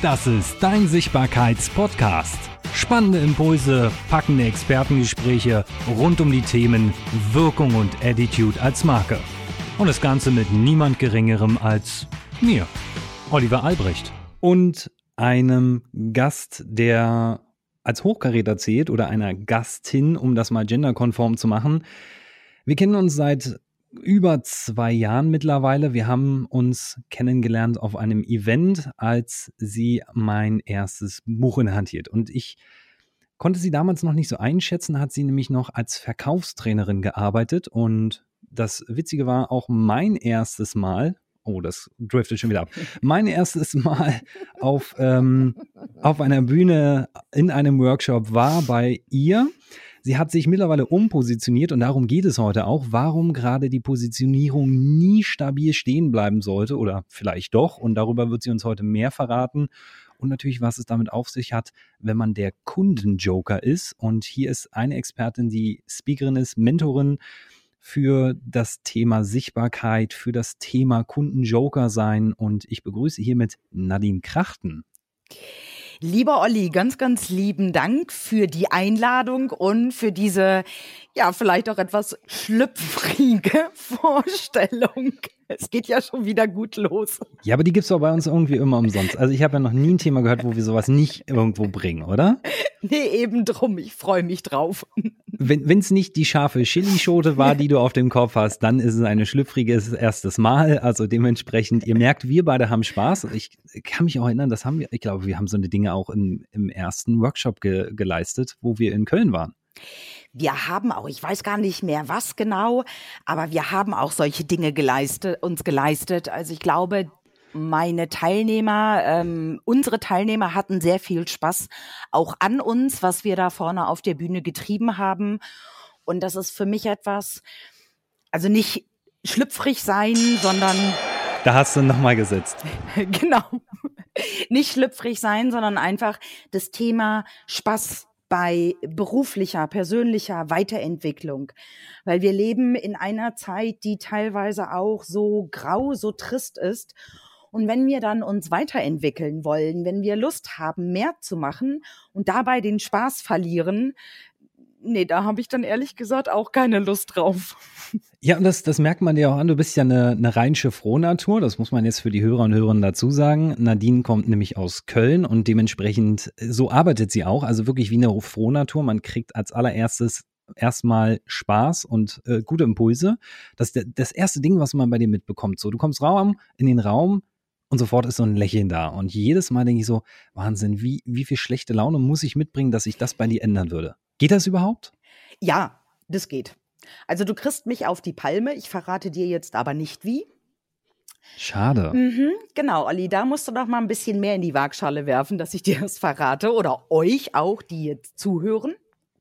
Das ist dein Sichtbarkeits-Podcast. Spannende Impulse, packende Expertengespräche rund um die Themen Wirkung und Attitude als Marke. Und das Ganze mit niemand Geringerem als mir, Oliver Albrecht. Und einem Gast, der als Hochkaräter zählt, oder einer Gastin, um das mal genderkonform zu machen. Wir kennen uns seit über 2 Jahren mittlerweile. Wir haben uns kennengelernt auf einem Event, als sie mein erstes Buch in der Hand hielt. Und ich konnte sie damals noch nicht so einschätzen, hat sie nämlich noch als Verkaufstrainerin gearbeitet. Und das Witzige war auch mein erstes Mal, das driftet schon wieder ab, mein erstes Mal auf einer Bühne in einem Workshop war bei ihr. Sie hat sich mittlerweile umpositioniert und darum geht es heute auch, warum gerade die Positionierung nie stabil stehen bleiben sollte oder vielleicht doch, und darüber wird sie uns heute mehr verraten und natürlich, was es damit auf sich hat, wenn man der Kundenjoker ist. Und hier ist eine Expertin, die Speakerin ist, Mentorin für das Thema Sichtbarkeit, für das Thema Kundenjoker sein, und ich begrüße hiermit Nadine Krachten. Lieber Olli, ganz, ganz lieben Dank für die Einladung und für diese, ja, vielleicht auch etwas schlüpfrige Vorstellung. Es geht ja schon wieder gut los. Ja, aber die gibt's doch bei uns irgendwie immer umsonst. Also ich habe ja noch nie ein Thema gehört, wo wir sowas nicht irgendwo bringen, oder? Nee, eben drum. Ich freue mich drauf. Wenn es nicht die scharfe Chilischote war, die du auf dem Kopf hast, dann ist es ein schlüpfriges erstes Mal. Also dementsprechend, ihr merkt, wir beide haben Spaß. Ich kann mich auch erinnern, ich glaube, wir haben so eine Dinge auch im ersten Workshop geleistet, wo wir in Köln waren. Wir haben auch, ich weiß gar nicht mehr was genau, aber wir haben auch solche Dinge uns geleistet. Also ich glaube, unsere Teilnehmer hatten sehr viel Spaß auch an uns, was wir da vorne auf der Bühne getrieben haben. Und das ist für mich etwas, also nicht schlüpfrig sein, sondern... Da hast du nochmal gesetzt. Genau. Nicht schlüpfrig sein, sondern einfach das Thema Spaß bei beruflicher, persönlicher Weiterentwicklung. Weil wir leben in einer Zeit, die teilweise auch so grau, so trist ist. Und wenn wir dann uns weiterentwickeln wollen, wenn wir Lust haben, mehr zu machen und dabei den Spaß verlieren, nee, da habe ich dann ehrlich gesagt auch keine Lust drauf. Ja, und das merkt man dir auch an. Du bist ja eine rheinische Frohnatur. Das muss man jetzt für die Hörer und Hörerinnen dazu sagen. Nadine kommt nämlich aus Köln und dementsprechend, so arbeitet sie auch. Also wirklich wie eine Frohnatur. Man kriegt als allererstes erstmal Spaß und gute Impulse. Das ist das erste Ding, was man bei dir mitbekommt. So, du kommst in den Raum und sofort ist so ein Lächeln da. Und jedes Mal denke ich so, Wahnsinn, wie viel schlechte Laune muss ich mitbringen, dass ich das bei dir ändern würde? Geht das überhaupt? Ja, das geht. Also du kriegst mich auf die Palme, ich verrate dir jetzt aber nicht wie. Schade. Genau, Olli, da musst du doch mal ein bisschen mehr in die Waagschale werfen, dass ich dir das verrate, oder euch auch, die jetzt zuhören.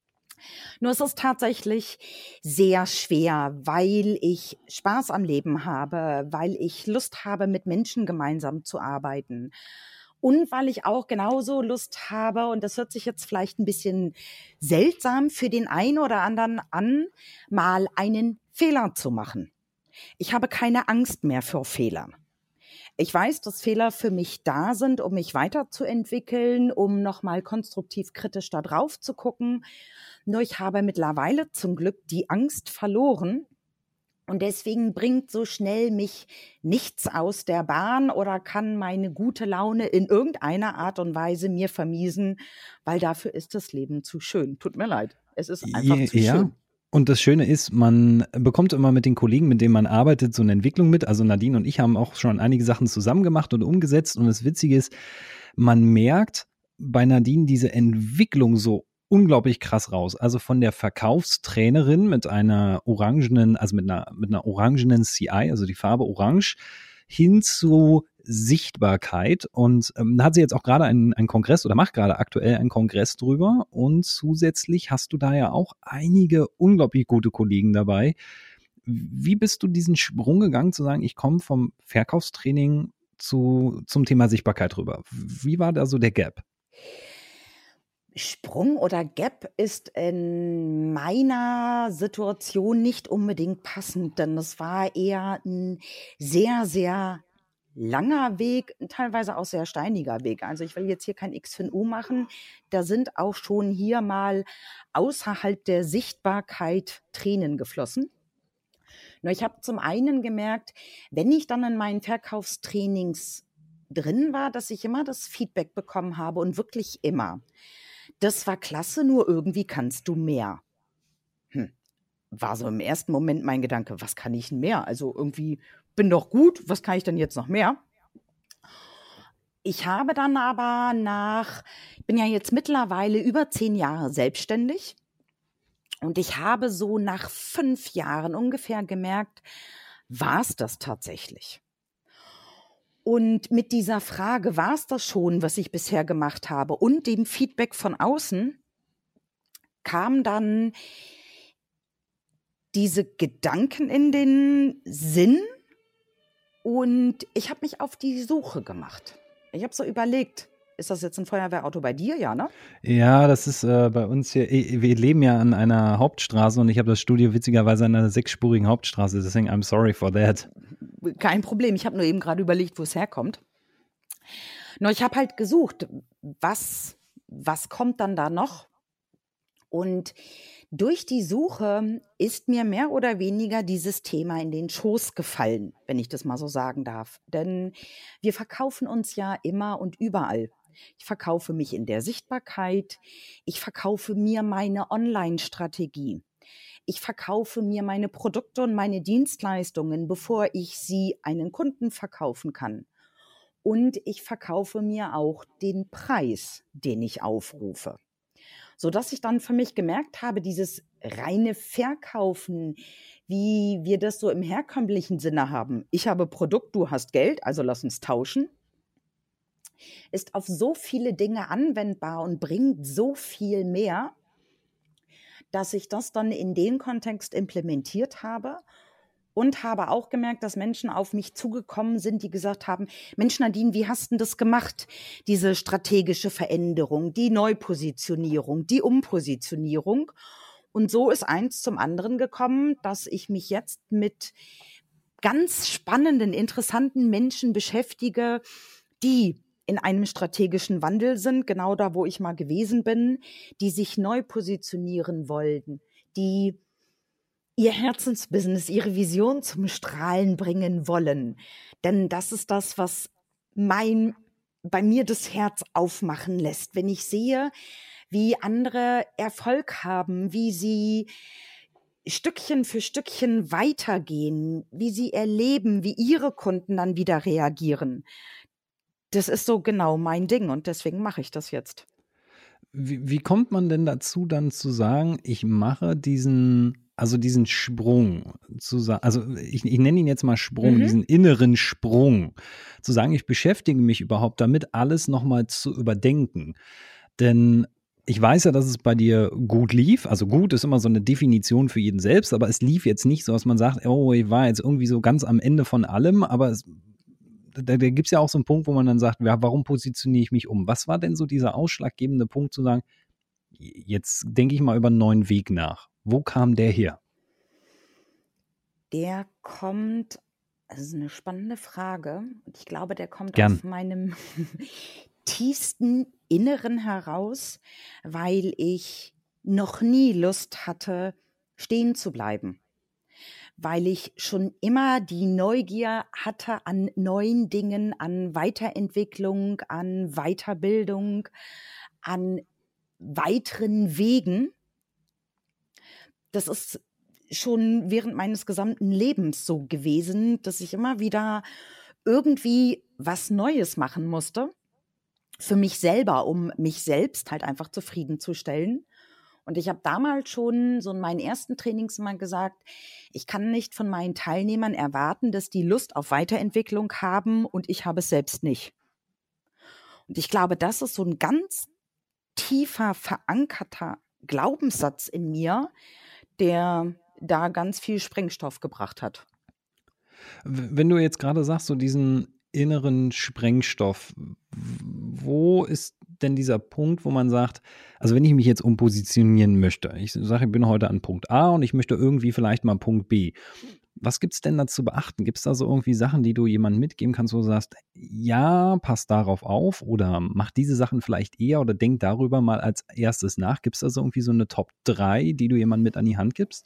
Nur es ist tatsächlich sehr schwer, weil ich Spaß am Leben habe, weil ich Lust habe, mit Menschen gemeinsam zu arbeiten. Und weil ich auch genauso Lust habe, und das hört sich jetzt vielleicht ein bisschen seltsam für den einen oder anderen an, mal einen Fehler zu machen. Ich habe keine Angst mehr vor Fehlern. Ich weiß, dass Fehler für mich da sind, um mich weiterzuentwickeln, um nochmal konstruktiv kritisch da drauf zu gucken. Nur ich habe mittlerweile zum Glück die Angst verloren. Und deswegen bringt so schnell mich nichts aus der Bahn oder kann meine gute Laune in irgendeiner Art und Weise mir vermiesen, weil dafür ist das Leben zu schön. Tut mir leid. Es ist einfach zu schön. Und das Schöne ist, man bekommt immer mit den Kollegen, mit denen man arbeitet, so eine Entwicklung mit. Also Nadine und ich haben auch schon einige Sachen zusammen gemacht und umgesetzt. Und das Witzige ist, man merkt bei Nadine diese Entwicklung so unglaublich krass raus. Also von der Verkaufstrainerin mit einer orangenen, also mit einer orangenen CI, also die Farbe Orange, hin zu Sichtbarkeit. Und da hat sie jetzt auch gerade einen Kongress oder macht gerade aktuell einen Kongress drüber. Und zusätzlich hast du da ja auch einige unglaublich gute Kollegen dabei. Wie bist du diesen Sprung gegangen, zu sagen, ich komme vom Verkaufstraining zum Thema Sichtbarkeit rüber? Wie war da so der Gap? Sprung oder Gap ist in meiner Situation nicht unbedingt passend, denn es war eher ein sehr, sehr langer Weg, teilweise auch sehr steiniger Weg. Also ich will jetzt hier kein X für ein U machen. Da sind auch schon hier mal außerhalb der Sichtbarkeit Tränen geflossen. Nur ich habe zum einen gemerkt, wenn ich dann in meinen Verkaufstrainings drin war, dass ich immer das Feedback bekommen habe und wirklich immer. Das war klasse, nur irgendwie kannst du mehr. War so im ersten Moment mein Gedanke, was kann ich denn mehr? Also irgendwie bin doch gut, was kann ich denn jetzt noch mehr? Ich habe dann aber ich bin ja jetzt mittlerweile über 10 Jahre selbstständig und ich habe so nach 5 Jahren ungefähr gemerkt, war es das tatsächlich? Und mit dieser Frage, war es das schon, was ich bisher gemacht habe, und dem Feedback von außen, kam dann diese Gedanken in den Sinn und ich habe mich auf die Suche gemacht. Ich habe so überlegt, ist das jetzt ein Feuerwehrauto bei dir? Ja, ne? Ja, das ist bei uns hier, wir leben ja an einer Hauptstraße und ich habe das Studio witzigerweise an einer 6-spurigen Hauptstraße, deswegen I'm sorry for that. Kein Problem, ich habe nur eben gerade überlegt, wo es herkommt. Nur ich habe halt gesucht, was kommt dann da noch? Und durch die Suche ist mir mehr oder weniger dieses Thema in den Schoß gefallen, wenn ich das mal so sagen darf. Denn wir verkaufen uns ja immer und überall. Ich verkaufe mich in der Sichtbarkeit. Ich verkaufe mir meine Online-Strategie. Ich verkaufe mir meine Produkte und meine Dienstleistungen, bevor ich sie einen Kunden verkaufen kann. Und ich verkaufe mir auch den Preis, den ich aufrufe. Sodass ich dann für mich gemerkt habe, dieses reine Verkaufen, wie wir das so im herkömmlichen Sinne haben, ich habe Produkt, du hast Geld, also lass uns tauschen, ist auf so viele Dinge anwendbar und bringt so viel mehr, dass ich das dann in den Kontext implementiert habe und habe auch gemerkt, dass Menschen auf mich zugekommen sind, die gesagt haben, Mensch Nadine, wie hast du das gemacht? Diese strategische Veränderung, die Neupositionierung, die Umpositionierung. Und so ist eins zum anderen gekommen, dass ich mich jetzt mit ganz spannenden, interessanten Menschen beschäftige, die in einem strategischen Wandel sind, genau da, wo ich mal gewesen bin, die sich neu positionieren wollten, die ihr Herzensbusiness, ihre Vision zum Strahlen bringen wollen. Denn das ist das, was bei mir das Herz aufmachen lässt. Wenn ich sehe, wie andere Erfolg haben, wie sie Stückchen für Stückchen weitergehen, wie sie erleben, wie ihre Kunden dann wieder reagieren. Das ist so genau mein Ding und deswegen mache ich das jetzt. Wie kommt man denn dazu, dann zu sagen, ich mache diesen Sprung, also ich nenne ihn jetzt mal Sprung, diesen inneren Sprung, zu sagen, ich beschäftige mich überhaupt damit, alles nochmal zu überdenken. Denn ich weiß ja, dass es bei dir gut lief. Also gut ist immer so eine Definition für jeden selbst, aber es lief jetzt nicht so, dass man sagt, oh, ich war jetzt irgendwie so ganz am Ende von allem, aber da gibt es ja auch so einen Punkt, wo man dann sagt, ja, warum positioniere ich mich um? Was war denn so dieser ausschlaggebende Punkt zu sagen, jetzt denke ich mal über einen neuen Weg nach? Wo kam der her? Der kommt, das ist eine spannende Frage und ich glaube, der kommt Gern. aus meinem tiefsten Inneren heraus, weil ich noch nie Lust hatte, stehen zu bleiben. Weil ich schon immer die Neugier hatte an neuen Dingen, an Weiterentwicklung, an Weiterbildung, an weiteren Wegen. Das ist schon während meines gesamten Lebens so gewesen, dass ich immer wieder irgendwie was Neues machen musste für mich selber, um mich selbst halt einfach zufriedenzustellen. Und ich habe damals schon so in meinen ersten Trainings mal gesagt, ich kann nicht von meinen Teilnehmern erwarten, dass die Lust auf Weiterentwicklung haben und ich habe es selbst nicht. Und ich glaube, das ist so ein ganz tiefer, verankerter Glaubenssatz in mir, der da ganz viel Sprengstoff gebracht hat. Wenn du jetzt gerade sagst, so diesen inneren Sprengstoff, wo ist denn dieser Punkt, wo man sagt, also wenn ich mich jetzt umpositionieren möchte, ich sage, ich bin heute an Punkt A und ich möchte irgendwie vielleicht mal Punkt B. Was gibt es denn da zu beachten? Gibt es da so irgendwie Sachen, die du jemandem mitgeben kannst, wo du sagst, ja, pass darauf auf oder mach diese Sachen vielleicht eher oder denk darüber mal als erstes nach? Gibt es da so irgendwie so eine Top 3, die du jemandem mit an die Hand gibst?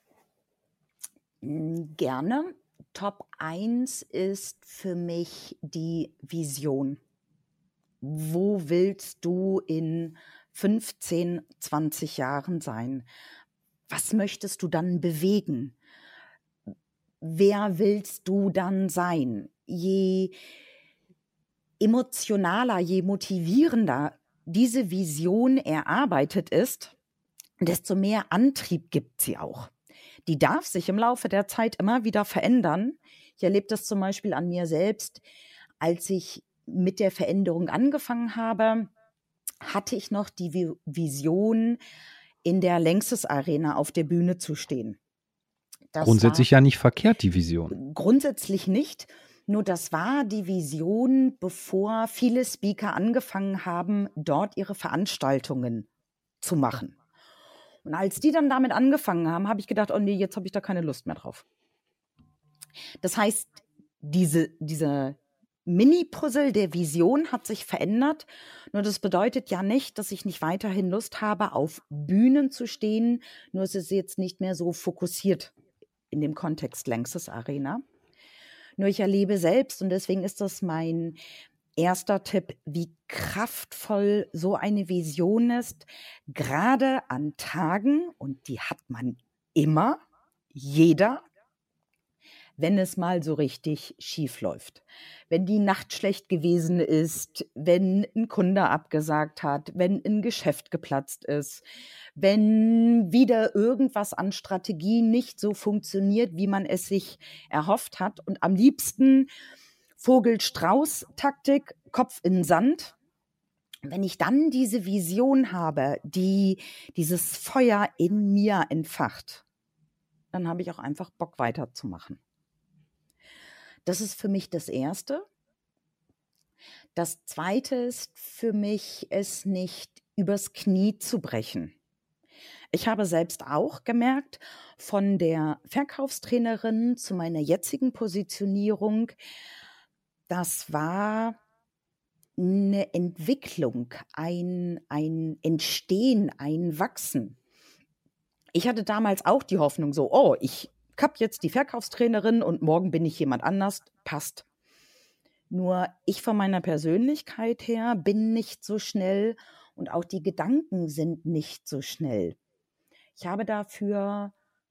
Gerne. Top 1 ist für mich die Vision. Wo willst du in 15, 20 Jahren sein? Was möchtest du dann bewegen? Wer willst du dann sein? Je emotionaler, je motivierender diese Vision erarbeitet ist, desto mehr Antrieb gibt sie auch. Die darf sich im Laufe der Zeit immer wieder verändern. Ich erlebe das zum Beispiel an mir selbst. Als ich mit der Veränderung angefangen habe, hatte ich noch die Vision, in der Längstes Arena auf der Bühne zu stehen. Das Grundsätzlich ja nicht verkehrt, die Vision. grundsätzlich nicht. Nur das war die Vision, bevor viele Speaker angefangen haben, dort ihre Veranstaltungen zu machen. Und als die dann damit angefangen haben, habe ich gedacht, oh nee, jetzt habe ich da keine Lust mehr drauf. Das heißt, diese Mini-Puzzle der Vision hat sich verändert. Nur das bedeutet ja nicht, dass ich nicht weiterhin Lust habe, auf Bühnen zu stehen. Nur es ist jetzt nicht mehr so fokussiert in dem Kontext Längstes Arena. Nur ich erlebe selbst, und deswegen ist das mein erster Tipp, wie kraftvoll so eine Vision ist, gerade an Tagen, und die hat man immer, jeder, wenn es mal so richtig schief läuft. Wenn die Nacht schlecht gewesen ist, wenn ein Kunde abgesagt hat, wenn ein Geschäft geplatzt ist, wenn wieder irgendwas an Strategie nicht so funktioniert, wie man es sich erhofft hat. Und am liebsten Vogel-Strauß-Taktik, Kopf in den Sand. Wenn ich dann diese Vision habe, die dieses Feuer in mir entfacht, dann habe ich auch einfach Bock weiterzumachen. Das ist für mich das Erste. Das Zweite ist für mich, es nicht übers Knie zu brechen. Ich habe selbst auch gemerkt, von der Verkaufstrainerin zu meiner jetzigen Positionierung, das war eine Entwicklung, ein Entstehen, ein Wachsen. Ich hatte damals auch die Hoffnung so, oh, ich habe jetzt die Verkaufstrainerin und morgen bin ich jemand anders, passt. Nur ich von meiner Persönlichkeit her bin nicht so schnell und auch die Gedanken sind nicht so schnell. Ich habe dafür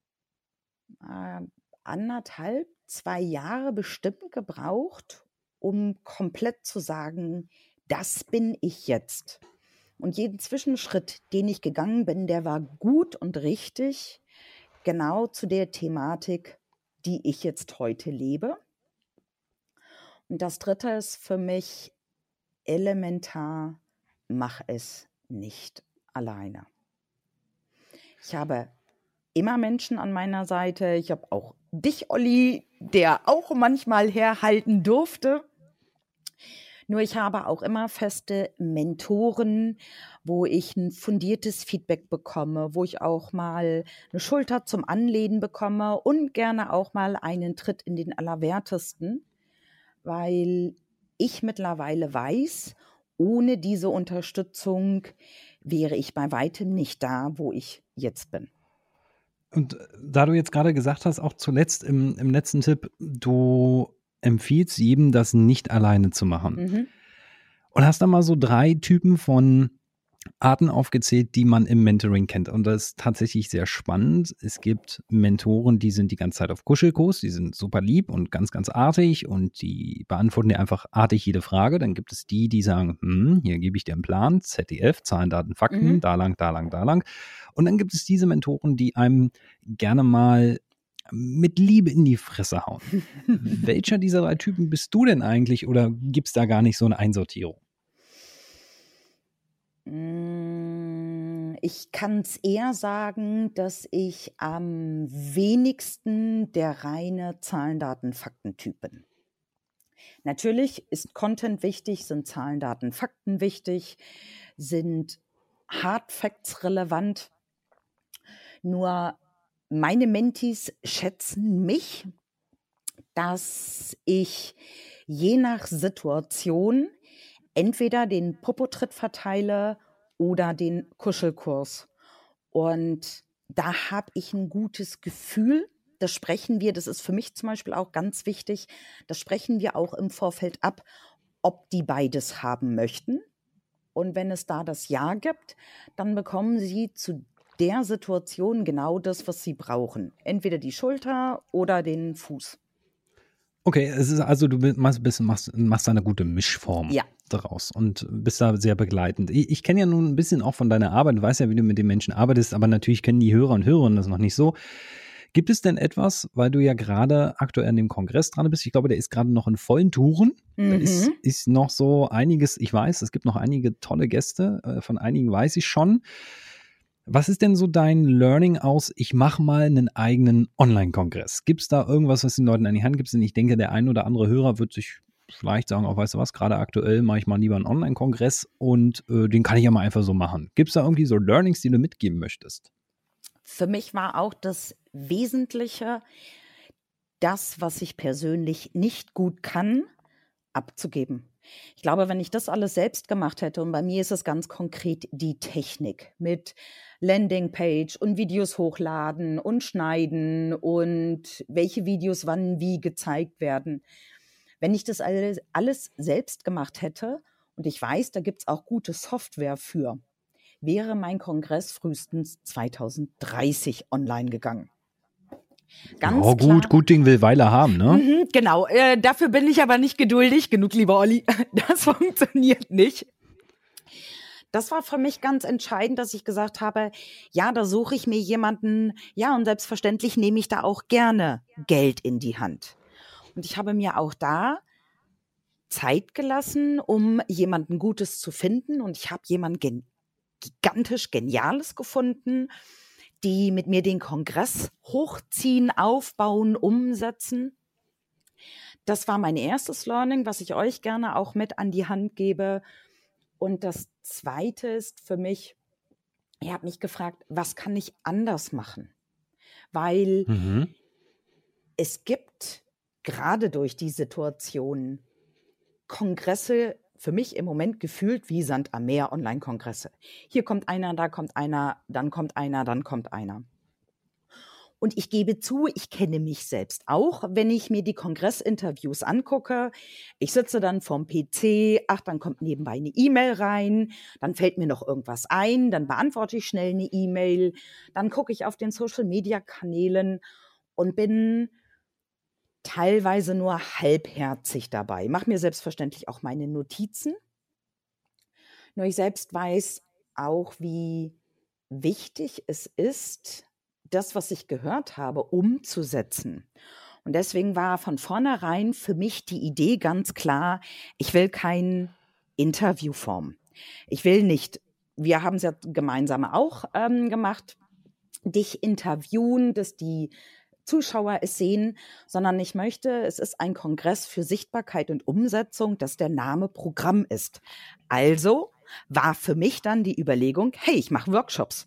1,5, 2 Jahre bestimmt gebraucht, um komplett zu sagen, das bin ich jetzt. Und jeden Zwischenschritt, den ich gegangen bin, der war gut und richtig, genau zu der Thematik, die ich jetzt heute lebe. Und das Dritte ist für mich elementar, mach es nicht alleine. Ich habe immer Menschen an meiner Seite. Ich habe auch dich, Olli, der auch manchmal herhalten durfte. Nur ich habe auch immer feste Mentoren, wo ich ein fundiertes Feedback bekomme, wo ich auch mal eine Schulter zum Anlehnen bekomme und gerne auch mal einen Tritt in den Allerwertesten, weil ich mittlerweile weiß, ohne diese Unterstützung wäre ich bei weitem nicht da, wo ich jetzt bin. Und da du jetzt gerade gesagt hast, auch zuletzt im letzten Tipp, du empfiehlst jedem, das nicht alleine zu machen. Und hast da mal so 3 Typen von Arten aufgezählt, die man im Mentoring kennt. Und das ist tatsächlich sehr spannend. Es gibt Mentoren, die sind die ganze Zeit auf Kuschelkurs, die sind super lieb und ganz, ganz artig und die beantworten dir einfach artig jede Frage. Dann gibt es die, die sagen, hier gebe ich dir einen Plan, ZDF, Zahlen, Daten, Fakten, da lang, da lang, da lang. Und dann gibt es diese Mentoren, die einem gerne mal mit Liebe in die Fresse hauen. Welcher dieser 3 Typen bist du denn eigentlich oder gibt es da gar nicht so eine Einsortierung? Ich kann es eher sagen, dass ich am wenigsten der reine Zahlen, Daten, Fakten-Typ bin. Natürlich ist Content wichtig, sind Zahlen, Daten, Fakten wichtig, sind Hard Facts relevant. Nur meine Mentees schätzen mich dass ich je nach Situation entweder den Popotritt verteile oder den Kuschelkurs. Und da habe ich ein gutes Gefühl. Das ist für mich zum Beispiel auch ganz wichtig, das sprechen wir auch im Vorfeld ab, ob die beides haben möchten. Und wenn es da das Ja gibt, dann bekommen sie zu der Situation genau das, was sie brauchen. Entweder die Schulter oder den Fuß. Okay, es ist also, du machst da eine gute Mischform Ja. daraus und bist da sehr begleitend. Ich kenne ja nun ein bisschen auch von deiner Arbeit, du weißt ja, wie du mit den Menschen arbeitest, aber natürlich kennen die Hörer und Hörerinnen das noch nicht so. Gibt es denn etwas, weil du ja gerade aktuell an dem Kongress dran bist, ich glaube, der ist gerade noch in vollen Touren, da ist noch so einiges, ich weiß, es gibt noch einige tolle Gäste, von einigen weiß ich schon. Was ist denn so dein Learning aus, ich mache mal einen eigenen Online-Kongress? Gibt es da irgendwas, was den Leuten an die Hand gibst? Und ich denke, der ein oder andere Hörer wird sich vielleicht sagen, auch weißt du was, gerade aktuell mache ich mal lieber einen Online-Kongress und den kann ich ja mal einfach so machen. Gibt es da irgendwie so Learnings, die du mitgeben möchtest? Für mich war auch das Wesentliche, das, was ich persönlich nicht gut kann, abzugeben. Ich glaube, wenn ich das alles selbst gemacht hätte, und bei mir ist es ganz konkret die Technik mit Landingpage und Videos hochladen und schneiden und welche Videos wann wie gezeigt werden. Wenn ich das alles selbst gemacht hätte, und ich weiß, da gibt es auch gute Software für, wäre mein Kongress frühestens 2030 online gegangen. Ganz Oh, klar. gut Ding will Weile haben, ne? Genau, dafür bin ich aber nicht geduldig genug, lieber Olli. Das funktioniert nicht. Das war für mich ganz entscheidend, dass ich gesagt habe, ja, da suche ich mir jemanden, ja, und selbstverständlich nehme ich da auch gerne Geld in die Hand. Und ich habe mir auch da Zeit gelassen, um jemanden Gutes zu finden. Und ich habe jemanden gigantisch Geniales gefunden, die mit mir den Kongress hochziehen, aufbauen, umsetzen. Das war mein erstes Learning, was ich euch gerne auch mit an die Hand gebe. Und das Zweite ist für mich, ich habe mich gefragt, was kann ich anders machen? Weil es gibt gerade durch die Situation Kongresse, für mich im Moment gefühlt wie Sand am Meer, Online-Kongresse. Hier kommt einer, da kommt einer, dann kommt einer, dann kommt einer. Und ich gebe zu, ich kenne mich selbst auch, wenn ich mir die Kongressinterviews angucke. Ich sitze dann vorm PC, dann kommt nebenbei eine E-Mail rein, dann fällt mir noch irgendwas ein, dann beantworte ich schnell eine E-Mail, dann gucke ich auf den Social-Media-Kanälen und bin teilweise nur halbherzig dabei. Mache mir selbstverständlich auch meine Notizen. Nur ich selbst weiß auch, wie wichtig es ist, das, was ich gehört habe, umzusetzen. Und deswegen war von vornherein für mich die Idee ganz klar, ich will kein Interviewform. Ich will nicht, wir haben es ja gemeinsam auch gemacht, dich interviewen, dass die Zuschauer es sehen, sondern ich möchte, es ist ein Kongress für Sichtbarkeit und Umsetzung, dass der Name Programm ist. Also war für mich dann die Überlegung, hey, ich mache Workshops.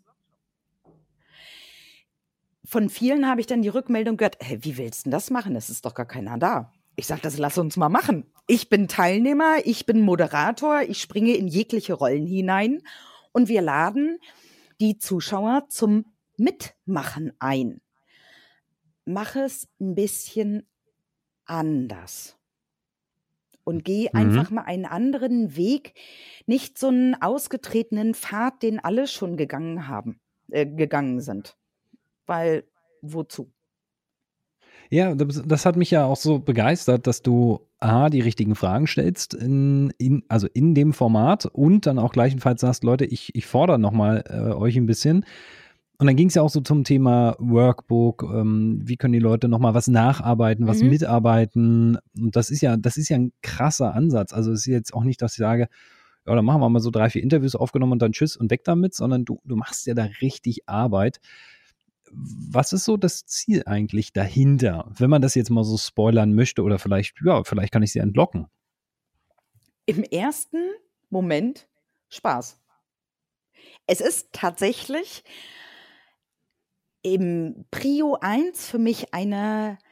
Von vielen habe ich dann die Rückmeldung gehört, hey, wie willst du denn das machen? Es ist doch gar keiner da. Ich sage, das lass uns mal machen. Ich bin Teilnehmer, ich bin Moderator, ich springe in jegliche Rollen hinein und wir laden die Zuschauer zum Mitmachen ein. Mach es ein bisschen anders und geh einfach mal einen anderen Weg, nicht so einen ausgetretenen Pfad, den alle schon gegangen sind. Weil, wozu? Ja, das hat mich ja auch so begeistert, dass du die richtigen Fragen stellst also in dem Format und dann auch gleichenfalls sagst, Leute, ich fordere nochmal euch ein bisschen. Und dann ging es ja auch so zum Thema Workbook, wie können die Leute nochmal was nacharbeiten, was mitarbeiten. Und das ist ja ein krasser Ansatz. Also es ist jetzt auch nicht, dass ich sage, ja, dann machen wir mal so 3, 4 Interviews aufgenommen und dann tschüss und weg damit, sondern du machst ja da richtig Arbeit. Was ist so das Ziel eigentlich dahinter, wenn man das jetzt mal so spoilern möchte oder vielleicht kann ich sie entlocken? Im ersten Moment Spaß. Es ist tatsächlich im Prio 1 für mich eine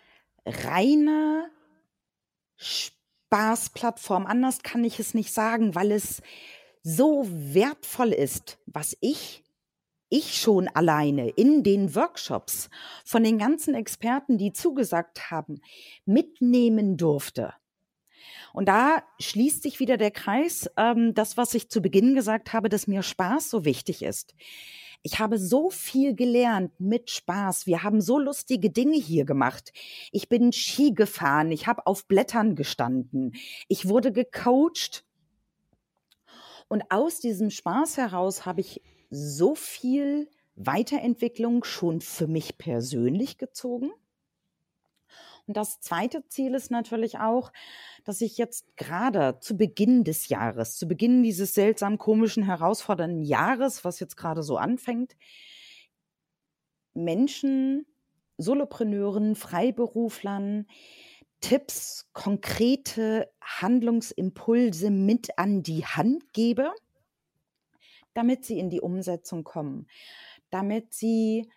reine Spaßplattform. Anders kann ich es nicht sagen, weil es so wertvoll ist, was ich schon alleine in den Workshops von den ganzen Experten, die zugesagt haben, mitnehmen durfte. Und da schließt sich wieder der Kreis, das, was ich zu Beginn gesagt habe, dass mir Spaß so wichtig ist. Ich habe so viel gelernt mit Spaß. Wir haben so lustige Dinge hier gemacht. Ich bin Ski gefahren, ich habe auf Blättern gestanden, ich wurde gecoacht. Und aus diesem Spaß heraus habe ich so viel Weiterentwicklung schon für mich persönlich gezogen. Und das zweite Ziel ist natürlich auch, dass ich jetzt gerade zu Beginn des Jahres, zu Beginn dieses seltsam komischen, herausfordernden Jahres, was jetzt gerade so anfängt, Menschen, Solopreneuren, Freiberuflern Tipps, konkrete Handlungsimpulse mit an die Hand gebe, damit sie in die Umsetzung kommen, damit sie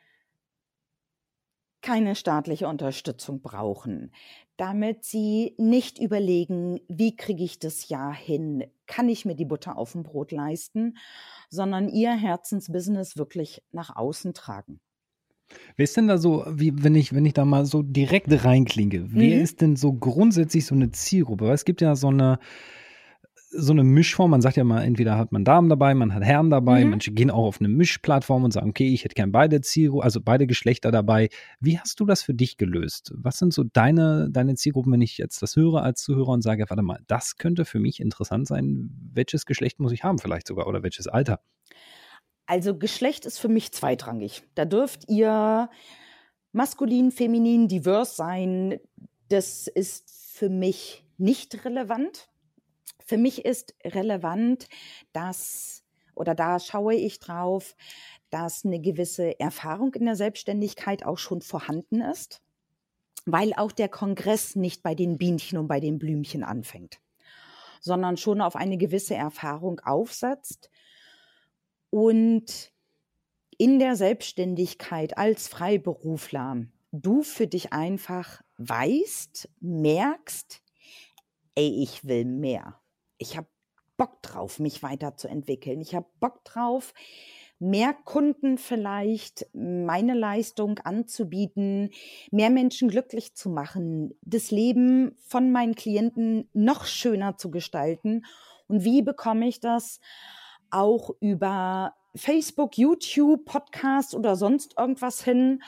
keine staatliche Unterstützung brauchen, damit sie nicht überlegen, wie kriege ich das Jahr hin, kann ich mir die Butter auf dem Brot leisten, sondern ihr Herzensbusiness wirklich nach außen tragen. Wer ist denn da so, wie wenn ich da mal so direkt reinklinge, wer ist denn so grundsätzlich so eine Zielgruppe? Weil es gibt ja so eine Mischform, man sagt ja mal, entweder hat man Damen dabei, man hat Herren dabei, manche gehen auch auf eine Mischplattform und sagen, okay, ich hätte gern beide beide Geschlechter dabei. Wie hast du das für dich gelöst? Was sind so deine Zielgruppen, wenn ich jetzt das höre als Zuhörer und sage, warte mal, das könnte für mich interessant sein, welches Geschlecht muss ich haben vielleicht sogar oder welches Alter? Also Geschlecht ist für mich zweitrangig. Da dürft ihr maskulin, feminin, divers sein. Das ist für mich nicht relevant. Für mich ist relevant, da schaue ich drauf, dass eine gewisse Erfahrung in der Selbstständigkeit auch schon vorhanden ist, weil auch der Kongress nicht bei den Bienchen und bei den Blümchen anfängt, sondern schon auf eine gewisse Erfahrung aufsetzt. Und in der Selbstständigkeit als Freiberufler du für dich einfach weißt, merkst, ey, ich will mehr. Ich habe Bock drauf, mich weiterzuentwickeln. Ich habe Bock drauf, mehr Kunden vielleicht meine Leistung anzubieten, mehr Menschen glücklich zu machen, das Leben von meinen Klienten noch schöner zu gestalten. Und wie bekomme ich das? Auch über Facebook, YouTube, Podcast oder sonst irgendwas hin.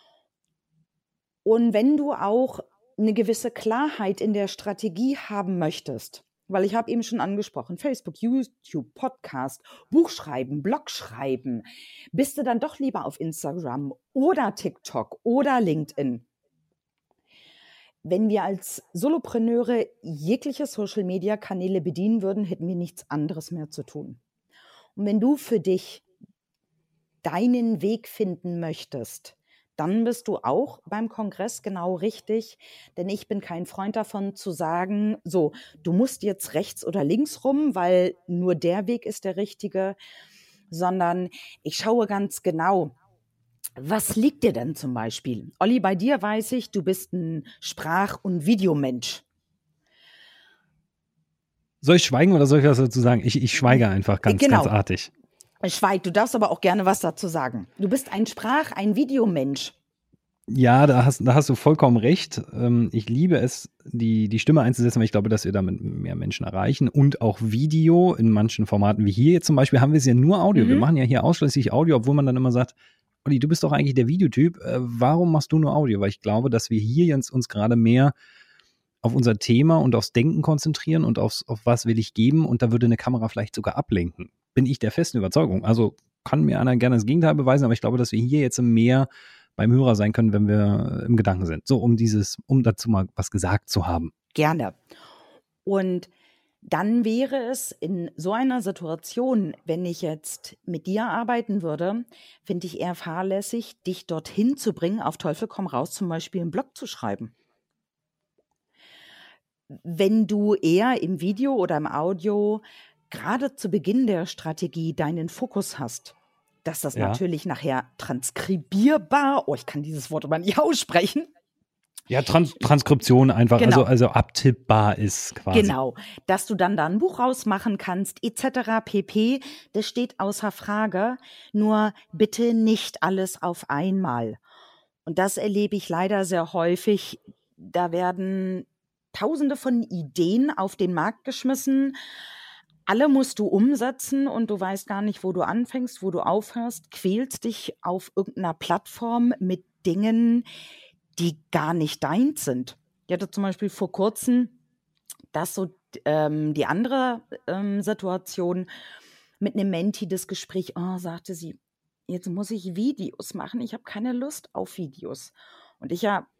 Und wenn du auch eine gewisse Klarheit in der Strategie haben möchtest, weil ich habe eben schon angesprochen, Facebook, YouTube, Podcast, Buch schreiben, Blog schreiben, bist du dann doch lieber auf Instagram oder TikTok oder LinkedIn. Wenn wir als Solopreneure jegliche Social-Media-Kanäle bedienen würden, hätten wir nichts anderes mehr zu tun. Und wenn du für dich deinen Weg finden möchtest, dann bist du auch beim Kongress genau richtig, denn ich bin kein Freund davon zu sagen, so, du musst jetzt rechts oder links rum, weil nur der Weg ist der richtige, sondern ich schaue ganz genau, was liegt dir denn zum Beispiel? Olli, bei dir weiß ich, du bist ein Sprach- und Videomensch. Soll ich schweigen oder soll ich was dazu sagen? Ich schweige einfach ganz artig. Schweig, du darfst aber auch gerne was dazu sagen. Du bist ein ein Videomensch. Ja, da hast du vollkommen recht. Ich liebe es, die Stimme einzusetzen, weil ich glaube, dass wir damit mehr Menschen erreichen und auch Video in manchen Formaten wie hier jetzt zum Beispiel haben wir es ja nur Audio. Wir machen ja hier ausschließlich Audio, obwohl man dann immer sagt, Olli, du bist doch eigentlich der Videotyp. Warum machst du nur Audio? Weil ich glaube, dass wir hier jetzt uns gerade mehr auf unser Thema und aufs Denken konzentrieren und auf was will ich geben und da würde eine Kamera vielleicht sogar ablenken. Bin ich der festen Überzeugung. Also kann mir einer gerne das Gegenteil beweisen, aber ich glaube, dass wir hier jetzt mehr beim Hörer sein können, wenn wir im Gedanken sind. So, um dazu mal was gesagt zu haben. Gerne. Und dann wäre es in so einer Situation, wenn ich jetzt mit dir arbeiten würde, finde ich eher fahrlässig, dich dorthin zu bringen, auf Teufel komm raus, zum Beispiel einen Blog zu schreiben. Wenn du eher im Video oder im Audio gerade zu Beginn der Strategie deinen Fokus hast, dass das natürlich nachher transkribierbar, ich kann dieses Wort aber nicht aussprechen, Ja, Transkription einfach, Genau. also abtippbar ist quasi. Genau, dass du dann da ein Buch rausmachen kannst, etc. pp. Das steht außer Frage. Nur bitte nicht alles auf einmal. Und das erlebe ich leider sehr häufig. Da werden Tausende von Ideen auf den Markt geschmissen. Alle musst du umsetzen und du weißt gar nicht, wo du anfängst, wo du aufhörst, quälst dich auf irgendeiner Plattform mit Dingen, die gar nicht deins sind. Ich hatte zum Beispiel vor kurzem das so die andere Situation mit einem Menti, das Gespräch, sagte sie, jetzt muss ich Videos machen, ich habe keine Lust auf Videos. Und ich ja,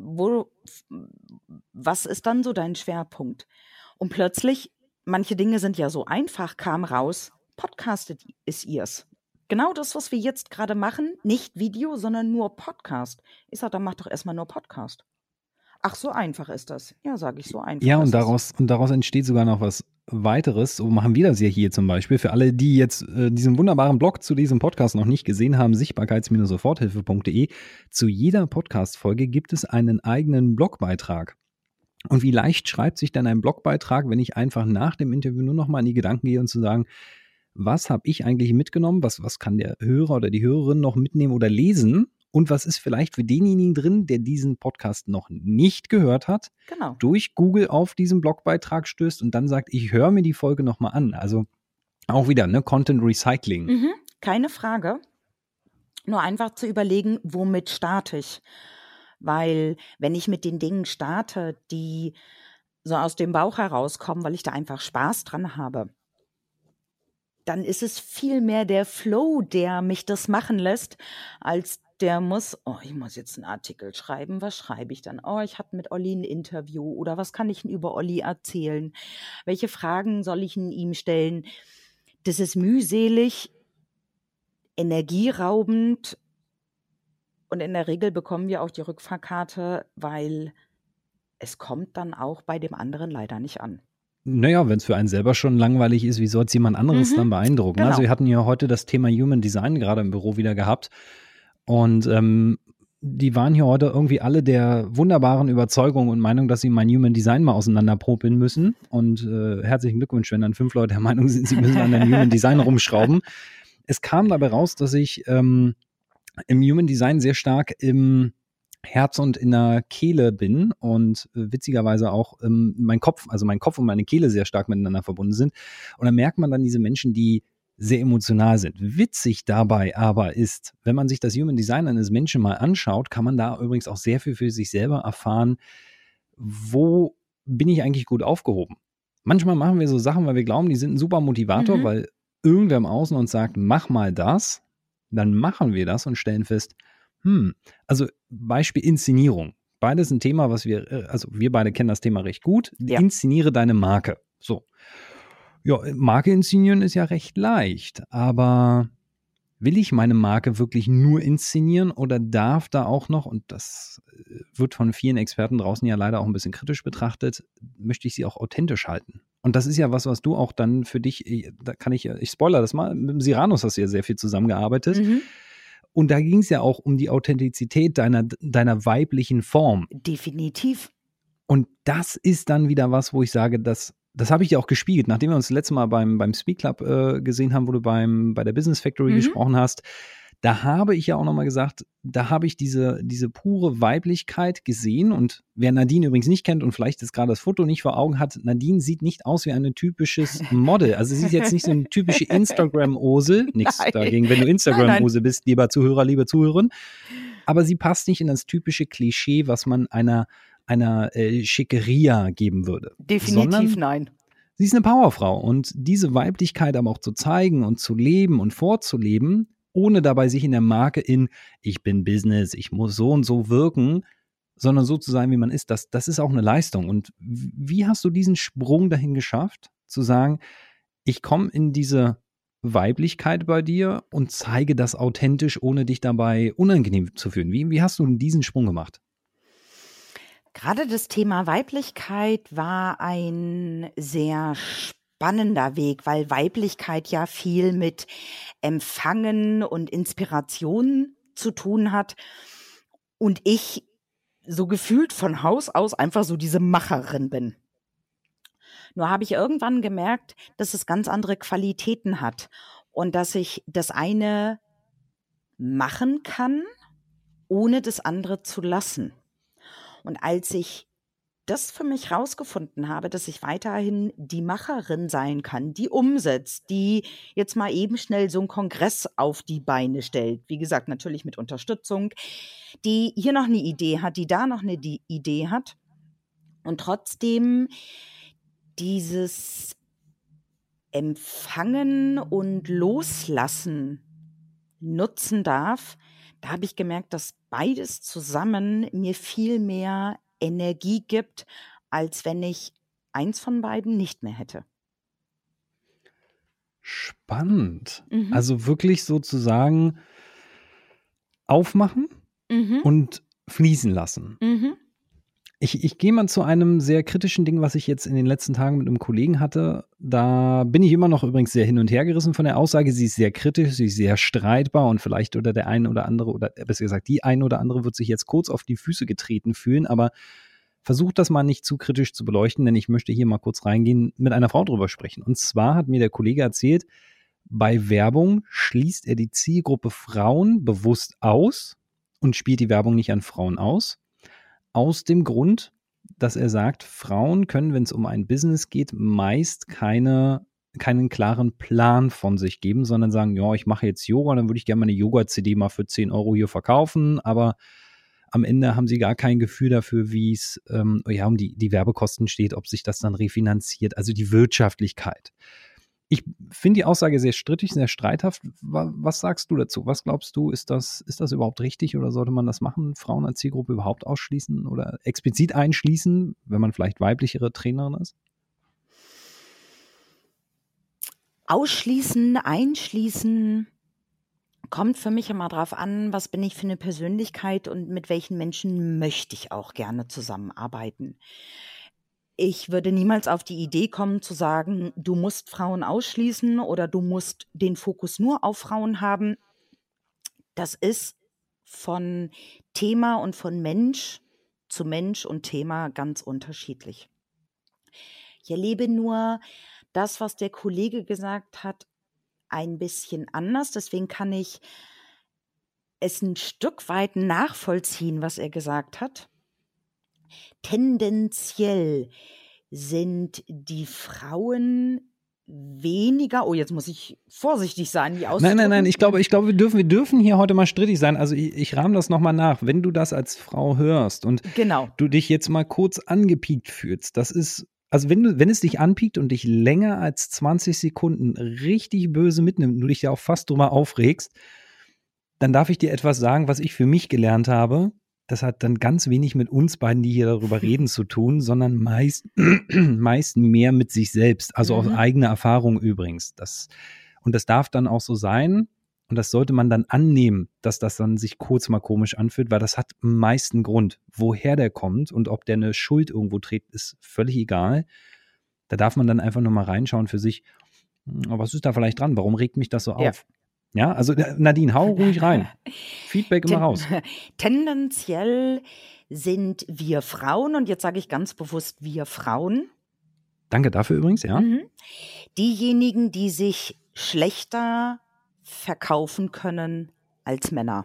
was ist dann so dein Schwerpunkt? Und plötzlich, manche Dinge sind ja so einfach, kam raus, Podcastet ist ihrs. Genau das, was wir jetzt gerade machen, nicht Video, sondern nur Podcast. Ich sage, dann mach doch erstmal nur Podcast. Ach, so einfach ist das. Ja, sage ich, so einfach Ja, ist und daraus entsteht sogar noch was weiteres. So machen wir das ja hier zum Beispiel. Für alle, die jetzt diesen wunderbaren Blog zu diesem Podcast noch nicht gesehen haben, sichtbarkeits-soforthilfe.de. Zu jeder Podcast-Folge gibt es einen eigenen Blogbeitrag. Und wie leicht schreibt sich dann ein Blogbeitrag, wenn ich einfach nach dem Interview nur noch mal in die Gedanken gehe und zu sagen, was habe ich eigentlich mitgenommen? Was kann der Hörer oder die Hörerin noch mitnehmen oder lesen? Und was ist vielleicht für denjenigen drin, der diesen Podcast noch nicht gehört hat, Genau. durch Google auf diesen Blogbeitrag stößt und dann sagt, ich höre mir die Folge nochmal an. Also auch wieder, ne, Content Recycling. Keine Frage. Nur einfach zu überlegen, womit starte ich? Weil wenn ich mit den Dingen starte, die so aus dem Bauch herauskommen, weil ich da einfach Spaß dran habe, dann ist es viel mehr der Flow, der mich das machen lässt, als ich muss jetzt einen Artikel schreiben, was schreibe ich dann? Ich hatte mit Olli ein Interview oder was kann ich denn über Olli erzählen? Welche Fragen soll ich ihm stellen? Das ist mühselig, energieraubend und in der Regel bekommen wir auch die Rückfahrkarte, weil es kommt dann auch bei dem anderen leider nicht an. Naja, wenn es für einen selber schon langweilig ist, wie soll es jemand anderes dann beeindrucken? Genau. Also wir hatten ja heute das Thema Human Design gerade im Büro wieder gehabt und die waren hier heute irgendwie alle der wunderbaren Überzeugung und Meinung, dass sie mein Human Design mal auseinanderpopeln müssen und herzlichen Glückwunsch, wenn dann 5 Leute der Meinung sind, sie müssen an dem Human Design rumschrauben. Es kam dabei raus, dass ich im Human Design sehr stark im Herz und in der Kehle bin und witzigerweise auch mein Kopf und meine Kehle sehr stark miteinander verbunden sind. Und dann merkt man dann diese Menschen, die sehr emotional sind. Witzig dabei aber ist, wenn man sich das Human Design eines Menschen mal anschaut, kann man da übrigens auch sehr viel für sich selber erfahren, wo bin ich eigentlich gut aufgehoben. Manchmal machen wir so Sachen, weil wir glauben, die sind ein super Motivator, weil irgendwer im Außen uns sagt, mach mal das, dann machen wir das und stellen fest, also Beispiel Inszenierung. Beides ein Thema, was wir beide kennen das Thema recht gut. Ja. Inszeniere deine Marke. So. Ja, Marke inszenieren ist ja recht leicht, aber will ich meine Marke wirklich nur inszenieren oder darf da auch noch, und das wird von vielen Experten draußen ja leider auch ein bisschen kritisch betrachtet, möchte ich sie auch authentisch halten? Und das ist ja was du auch dann für dich, ich spoilere das mal, mit dem Cyrannus hast du ja sehr viel zusammengearbeitet. Und da ging es ja auch um die Authentizität deiner weiblichen Form. Definitiv. Und das ist dann wieder was, wo ich sage, das habe ich dir auch gespiegelt. Nachdem wir uns das letzte Mal beim Speak Club gesehen haben, wo du bei der Business Factory gesprochen hast, da habe ich ja auch nochmal gesagt, da habe ich diese pure Weiblichkeit gesehen. Und wer Nadine übrigens nicht kennt und vielleicht jetzt gerade das Foto nicht vor Augen hat, Nadine sieht nicht aus wie ein typisches Model. Also sie ist jetzt nicht so eine typische Instagram-Osel. Nichts dagegen, wenn du Instagram-Osel bist, lieber Zuhörer, liebe Zuhörerin. Aber sie passt nicht in das typische Klischee, was man einer Schickeria geben würde. Definitiv nein. Sie ist eine Powerfrau und diese Weiblichkeit aber auch zu zeigen und zu leben und vorzuleben, ohne dabei sich in der Marke ich bin Business, ich muss so und so wirken, sondern so zu sein, wie man ist, das ist auch eine Leistung. Und wie hast du diesen Sprung dahin geschafft, zu sagen, ich komme in diese Weiblichkeit bei dir und zeige das authentisch, ohne dich dabei unangenehm zu fühlen? Wie hast du diesen Sprung gemacht? Gerade das Thema Weiblichkeit war ein sehr spannender Weg, weil Weiblichkeit ja viel mit Empfangen und Inspiration zu tun hat. Und ich so gefühlt von Haus aus einfach so diese Macherin bin. Nur habe ich irgendwann gemerkt, dass es ganz andere Qualitäten hat und dass ich das eine machen kann, ohne das andere zu lassen. Und als ich das für mich rausgefunden habe, dass ich weiterhin die Macherin sein kann, die umsetzt, die jetzt mal eben schnell so einen Kongress auf die Beine stellt. Wie gesagt, natürlich mit Unterstützung, die hier noch eine Idee hat, die da noch eine Idee hat und trotzdem dieses Empfangen und Loslassen nutzen darf. Da habe ich gemerkt, dass beides zusammen mir viel mehr Energie gibt, als wenn ich eins von beiden nicht mehr hätte. Spannend. Also wirklich sozusagen aufmachen und fließen lassen. Ich gehe mal zu einem sehr kritischen Ding, was ich jetzt in den letzten Tagen mit einem Kollegen hatte. Da bin ich immer noch übrigens sehr hin und her gerissen von der Aussage. Sie ist sehr kritisch, sie ist sehr streitbar und vielleicht oder der ein oder andere oder besser gesagt die ein oder andere wird sich jetzt kurz auf die Füße getreten fühlen, aber versucht das mal nicht zu kritisch zu beleuchten, denn ich möchte hier mal kurz reingehen, mit einer Frau drüber sprechen. Und zwar hat mir der Kollege erzählt, bei Werbung schließt er die Zielgruppe Frauen bewusst aus und spielt die Werbung nicht an Frauen aus. Aus dem Grund, dass er sagt, Frauen können, wenn es um ein Business geht, meist keinen klaren Plan von sich geben, sondern sagen, ja, ich mache jetzt Yoga, dann würde ich gerne mal eine Yoga-CD mal für 10 Euro hier verkaufen, aber am Ende haben sie gar kein Gefühl dafür, wie es um die Werbekosten steht, ob sich das dann refinanziert, also die Wirtschaftlichkeit. Ich finde die Aussage sehr strittig, sehr streithaft. Was sagst du dazu? Was glaubst du, ist das überhaupt richtig oder sollte man das machen, Frauen als Zielgruppe überhaupt ausschließen oder explizit einschließen, wenn man vielleicht weiblichere Trainerin ist? Ausschließen, einschließen, kommt für mich immer drauf an, was bin ich für eine Persönlichkeit und mit welchen Menschen möchte ich auch gerne zusammenarbeiten. Ich würde niemals auf die Idee kommen zu sagen, du musst Frauen ausschließen oder du musst den Fokus nur auf Frauen haben. Das ist von Thema und von Mensch zu Mensch und Thema ganz unterschiedlich. Ich erlebe nur das, was der Kollege gesagt hat, ein bisschen anders. Deswegen kann ich es ein Stück weit nachvollziehen, was er gesagt hat. Tendenziell sind die Frauen weniger, oh, jetzt muss ich vorsichtig sein, wie auszudrücken. Nein, ich glaube, wir dürfen hier heute mal strittig sein. Also ich rahme das nochmal nach. Wenn du das als Frau hörst und du dich jetzt mal kurz angepiekt fühlst, das ist, also wenn es dich anpiekt und dich länger als 20 Sekunden richtig böse mitnimmt und du dich ja auch fast drüber aufregst, dann darf ich dir etwas sagen, was ich für mich gelernt habe. Das hat dann ganz wenig mit uns beiden, die hier darüber reden, zu tun, sondern meist mehr mit sich selbst, also aus eigener Erfahrung übrigens. Und das darf dann auch so sein und das sollte man dann annehmen, dass das dann sich kurz mal komisch anfühlt, weil das hat am meisten Grund. Woher der kommt und ob der eine Schuld irgendwo trägt, ist völlig egal. Da darf man dann einfach nur mal reinschauen für sich, was ist da vielleicht dran? Warum regt mich das so auf? Ja, also Nadine, hau ruhig rein. Feedback immer raus. Tendenziell sind wir Frauen, und jetzt sage ich ganz bewusst wir Frauen. Danke dafür übrigens, ja. Diejenigen, die sich schlechter verkaufen können als Männer.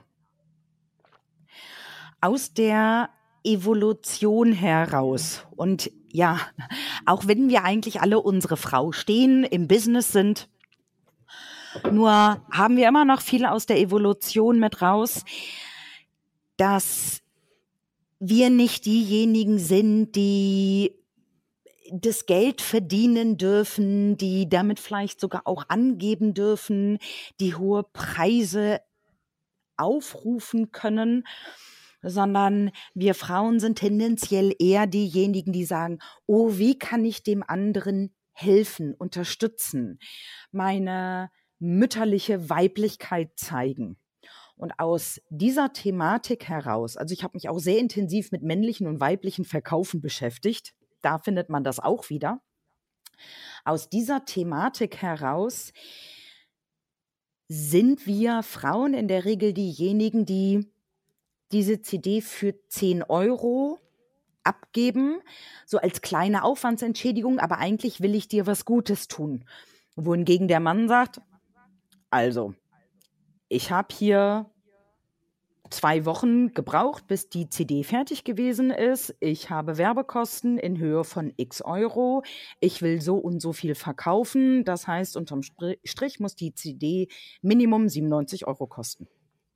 Aus der Evolution heraus. Und ja, auch wenn wir eigentlich alle unsere Frau stehen, im Business sind, nur haben wir immer noch viel aus der Evolution mit raus, dass wir nicht diejenigen sind, die das Geld verdienen dürfen, die damit vielleicht sogar auch angeben dürfen, die hohe Preise aufrufen können, sondern wir Frauen sind tendenziell eher diejenigen, die sagen, oh, wie kann ich dem anderen helfen, unterstützen, meine mütterliche Weiblichkeit zeigen. Und aus dieser Thematik heraus, also ich habe mich auch sehr intensiv mit männlichen und weiblichen Verkaufen beschäftigt, da findet man das auch wieder. Aus dieser Thematik heraus sind wir Frauen in der Regel diejenigen, die diese CD für 10 € abgeben, so als kleine Aufwandsentschädigung, aber eigentlich will ich dir was Gutes tun. Wohingegen der Mann sagt, also, ich habe hier 2 Wochen gebraucht, bis die CD fertig gewesen ist. Ich habe Werbekosten in Höhe von x Euro. Ich will so und so viel verkaufen. Das heißt, unterm Strich muss die CD Minimum 97 € kosten.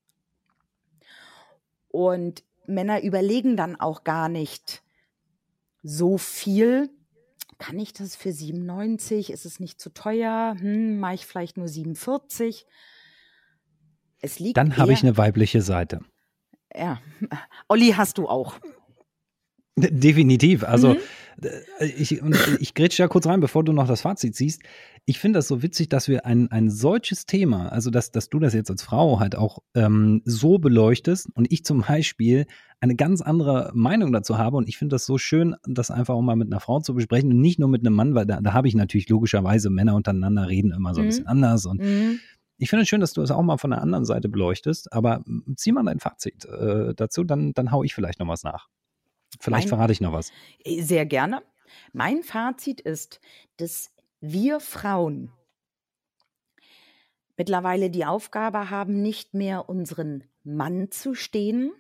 Und Männer überlegen dann auch gar nicht so viel. Kann ich das für 97? Ist es nicht zu teuer? Mache ich vielleicht nur 47? Dann habe ich eine weibliche Seite. Ja, Olli hast du auch. Definitiv. Also ich grätsche ja kurz rein, bevor du noch das Fazit ziehst. Ich finde das so witzig, dass wir ein solches Thema, also dass du das jetzt als Frau halt auch so beleuchtest und ich zum Beispiel eine ganz andere Meinung dazu habe. Und ich finde das so schön, das einfach auch mal mit einer Frau zu besprechen und nicht nur mit einem Mann, weil da habe ich natürlich logischerweise, Männer untereinander reden immer so ein bisschen anders. Und ich finde es schön, dass du es auch mal von der anderen Seite beleuchtest. Aber zieh mal dein Fazit dazu, dann hau ich vielleicht noch was nach. Vielleicht verrate ich noch was. Sehr gerne. Mein Fazit ist, dass wir Frauen mittlerweile die Aufgabe haben, nicht mehr unseren Mann zu stehen,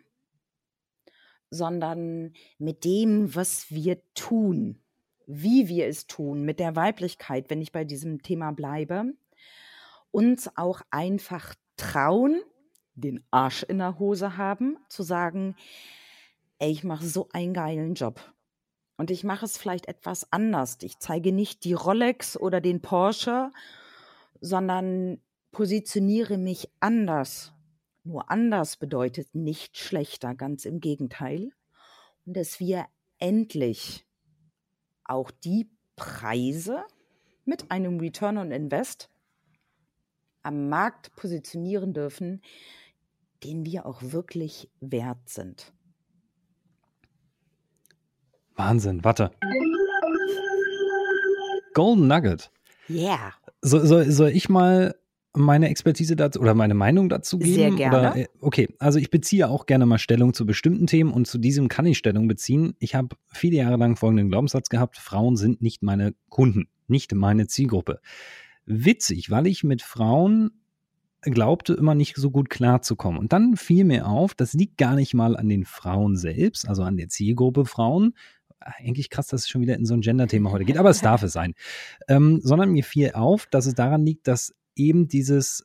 sondern mit dem, was wir tun, wie wir es tun, mit der Weiblichkeit, wenn ich bei diesem Thema bleibe, uns auch einfach trauen, den Arsch in der Hose haben, zu sagen, ey, ich mache so einen geilen Job. Und ich mache es vielleicht etwas anders. Ich zeige nicht die Rolex oder den Porsche, sondern positioniere mich anders. Nur anders bedeutet nicht schlechter, ganz im Gegenteil. Und dass wir endlich auch die Preise mit einem Return on Invest am Markt positionieren dürfen, den wir auch wirklich wert sind. Wahnsinn, warte. Golden Nugget. Yeah. Soll ich mal meine Expertise dazu oder meine Meinung dazu geben? Sehr gerne. Oder, okay, also ich beziehe auch gerne mal Stellung zu bestimmten Themen und zu diesem kann ich Stellung beziehen. Ich habe viele Jahre lang folgenden Glaubenssatz gehabt, Frauen sind nicht meine Kunden, nicht meine Zielgruppe. Witzig, weil ich mit Frauen glaubte, immer nicht so gut klarzukommen. Und dann fiel mir auf, das liegt gar nicht mal an den Frauen selbst, also an der Zielgruppe Frauen. Eigentlich krass, dass es schon wieder in so ein Gender-Thema heute geht, aber es darf es sein. Sondern mir fiel auf, dass es daran liegt, dass eben dieses,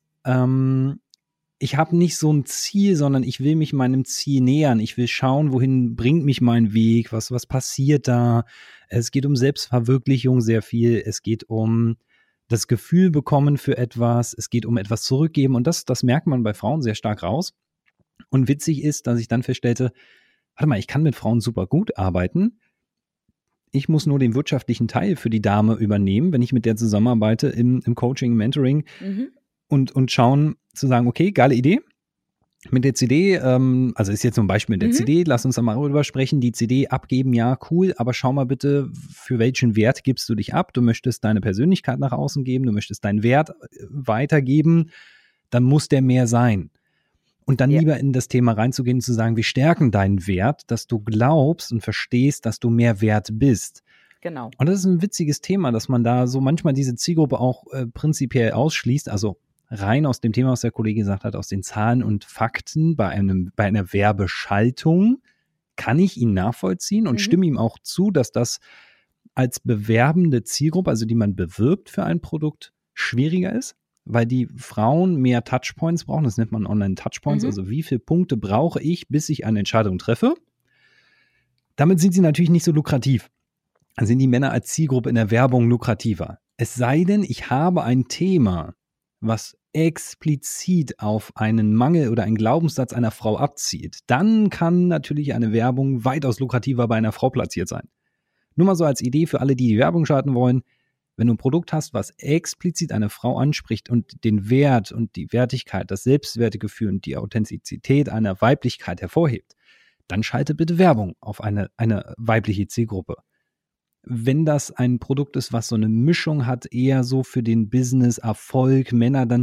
ich habe nicht so ein Ziel, sondern ich will mich meinem Ziel nähern. Ich will schauen, wohin bringt mich mein Weg, was passiert da. Es geht um Selbstverwirklichung sehr viel. Es geht um das Gefühl bekommen für etwas. Es geht um etwas zurückgeben. Und das merkt man bei Frauen sehr stark raus. Und witzig ist, dass ich dann feststellte, warte mal, ich kann mit Frauen super gut arbeiten. Ich muss nur den wirtschaftlichen Teil für die Dame übernehmen, wenn ich mit der zusammenarbeite im Coaching, Mentoring und schauen, zu sagen, okay, geile Idee. Mit der CD, also ist jetzt so ein Beispiel mit der CD, lass uns da mal drüber sprechen, die CD abgeben, ja, cool, aber schau mal bitte, für welchen Wert gibst du dich ab? Du möchtest deine Persönlichkeit nach außen geben, du möchtest deinen Wert weitergeben, dann muss der mehr sein. Und dann lieber in das Thema reinzugehen und zu sagen, wir stärken deinen Wert, dass du glaubst und verstehst, dass du mehr wert bist. Genau. Und das ist ein witziges Thema, dass man da so manchmal diese Zielgruppe auch prinzipiell ausschließt, also rein aus dem Thema, was der Kollege gesagt hat, aus den Zahlen und Fakten bei einer Werbeschaltung kann ich ihn nachvollziehen und stimme ihm auch zu, dass das als bewerbende Zielgruppe, also die man bewirbt für ein Produkt, schwieriger ist, weil die Frauen mehr Touchpoints brauchen, das nennt man Online-Touchpoints, also wie viele Punkte brauche ich, bis ich eine Entscheidung treffe. Damit sind sie natürlich nicht so lukrativ. Dann sind die Männer als Zielgruppe in der Werbung lukrativer. Es sei denn, ich habe ein Thema, was explizit auf einen Mangel oder einen Glaubenssatz einer Frau abzielt. Dann kann natürlich eine Werbung weitaus lukrativer bei einer Frau platziert sein. Nur mal so als Idee für alle, die Werbung schalten wollen. Wenn du ein Produkt hast, was explizit eine Frau anspricht und den Wert und die Wertigkeit, das Selbstwertegefühl und die Authentizität einer Weiblichkeit hervorhebt, dann schalte bitte Werbung auf eine weibliche Zielgruppe. Wenn das ein Produkt ist, was so eine Mischung hat, eher so für den Business-Erfolg Männer, dann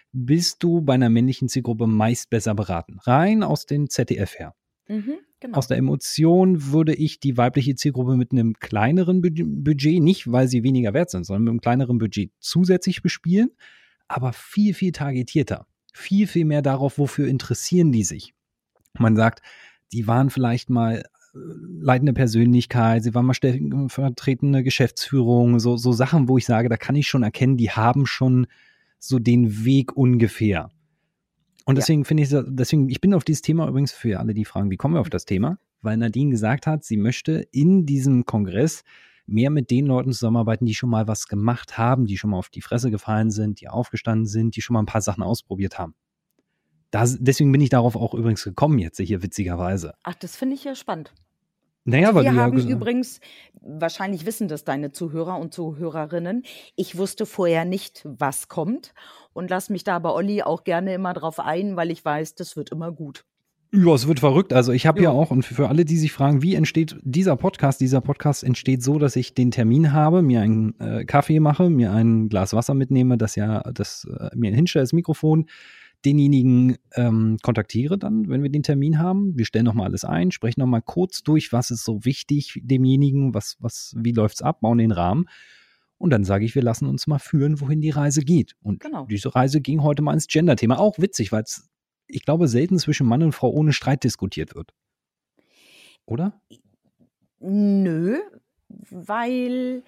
bist du bei einer männlichen Zielgruppe meist besser beraten. Rein aus den ZDF her. Genau. Aus der Emotion würde ich die weibliche Zielgruppe mit einem kleineren Budget, nicht weil sie weniger wert sind, sondern mit einem kleineren Budget zusätzlich bespielen, aber viel, viel targetierter. Viel, viel mehr darauf, wofür interessieren die sich. Man sagt, die waren vielleicht mal leitende Persönlichkeit, sie waren mal stellvertretende Geschäftsführung, so Sachen, wo ich sage, da kann ich schon erkennen, die haben schon so den Weg ungefähr. Und deswegen finde ich, ich bin auf dieses Thema übrigens für alle, die fragen, wie kommen wir auf das Thema? Weil Nadine gesagt hat, sie möchte in diesem Kongress mehr mit den Leuten zusammenarbeiten, die schon mal was gemacht haben, die schon mal auf die Fresse gefallen sind, die aufgestanden sind, die schon mal ein paar Sachen ausprobiert haben. Deswegen bin ich darauf auch übrigens gekommen jetzt hier witzigerweise. Ach, das finde ich ja spannend. Naja, also wir haben übrigens, wahrscheinlich wissen das deine Zuhörer und Zuhörerinnen, ich wusste vorher nicht, was kommt und lass mich da bei Olli auch gerne immer drauf ein, weil ich weiß, das wird immer gut. Ja, es wird verrückt. Also ich habe ja auch, und für alle, die sich fragen, wie entsteht dieser Podcast entsteht so, dass ich den Termin habe, mir einen Kaffee mache, mir ein Glas Wasser mitnehme, mir hinstelle das Mikrofon, denjenigen kontaktiere dann, wenn wir den Termin haben. Wir stellen nochmal alles ein, sprechen nochmal kurz durch, was ist so wichtig demjenigen, wie läuft's ab, bauen den Rahmen. Und dann sage ich, wir lassen uns mal führen, wohin die Reise geht. Und diese Reise ging heute mal ins Gender-Thema. Auch witzig, weil es, ich glaube, selten zwischen Mann und Frau ohne Streit diskutiert wird. Oder? Nö, weil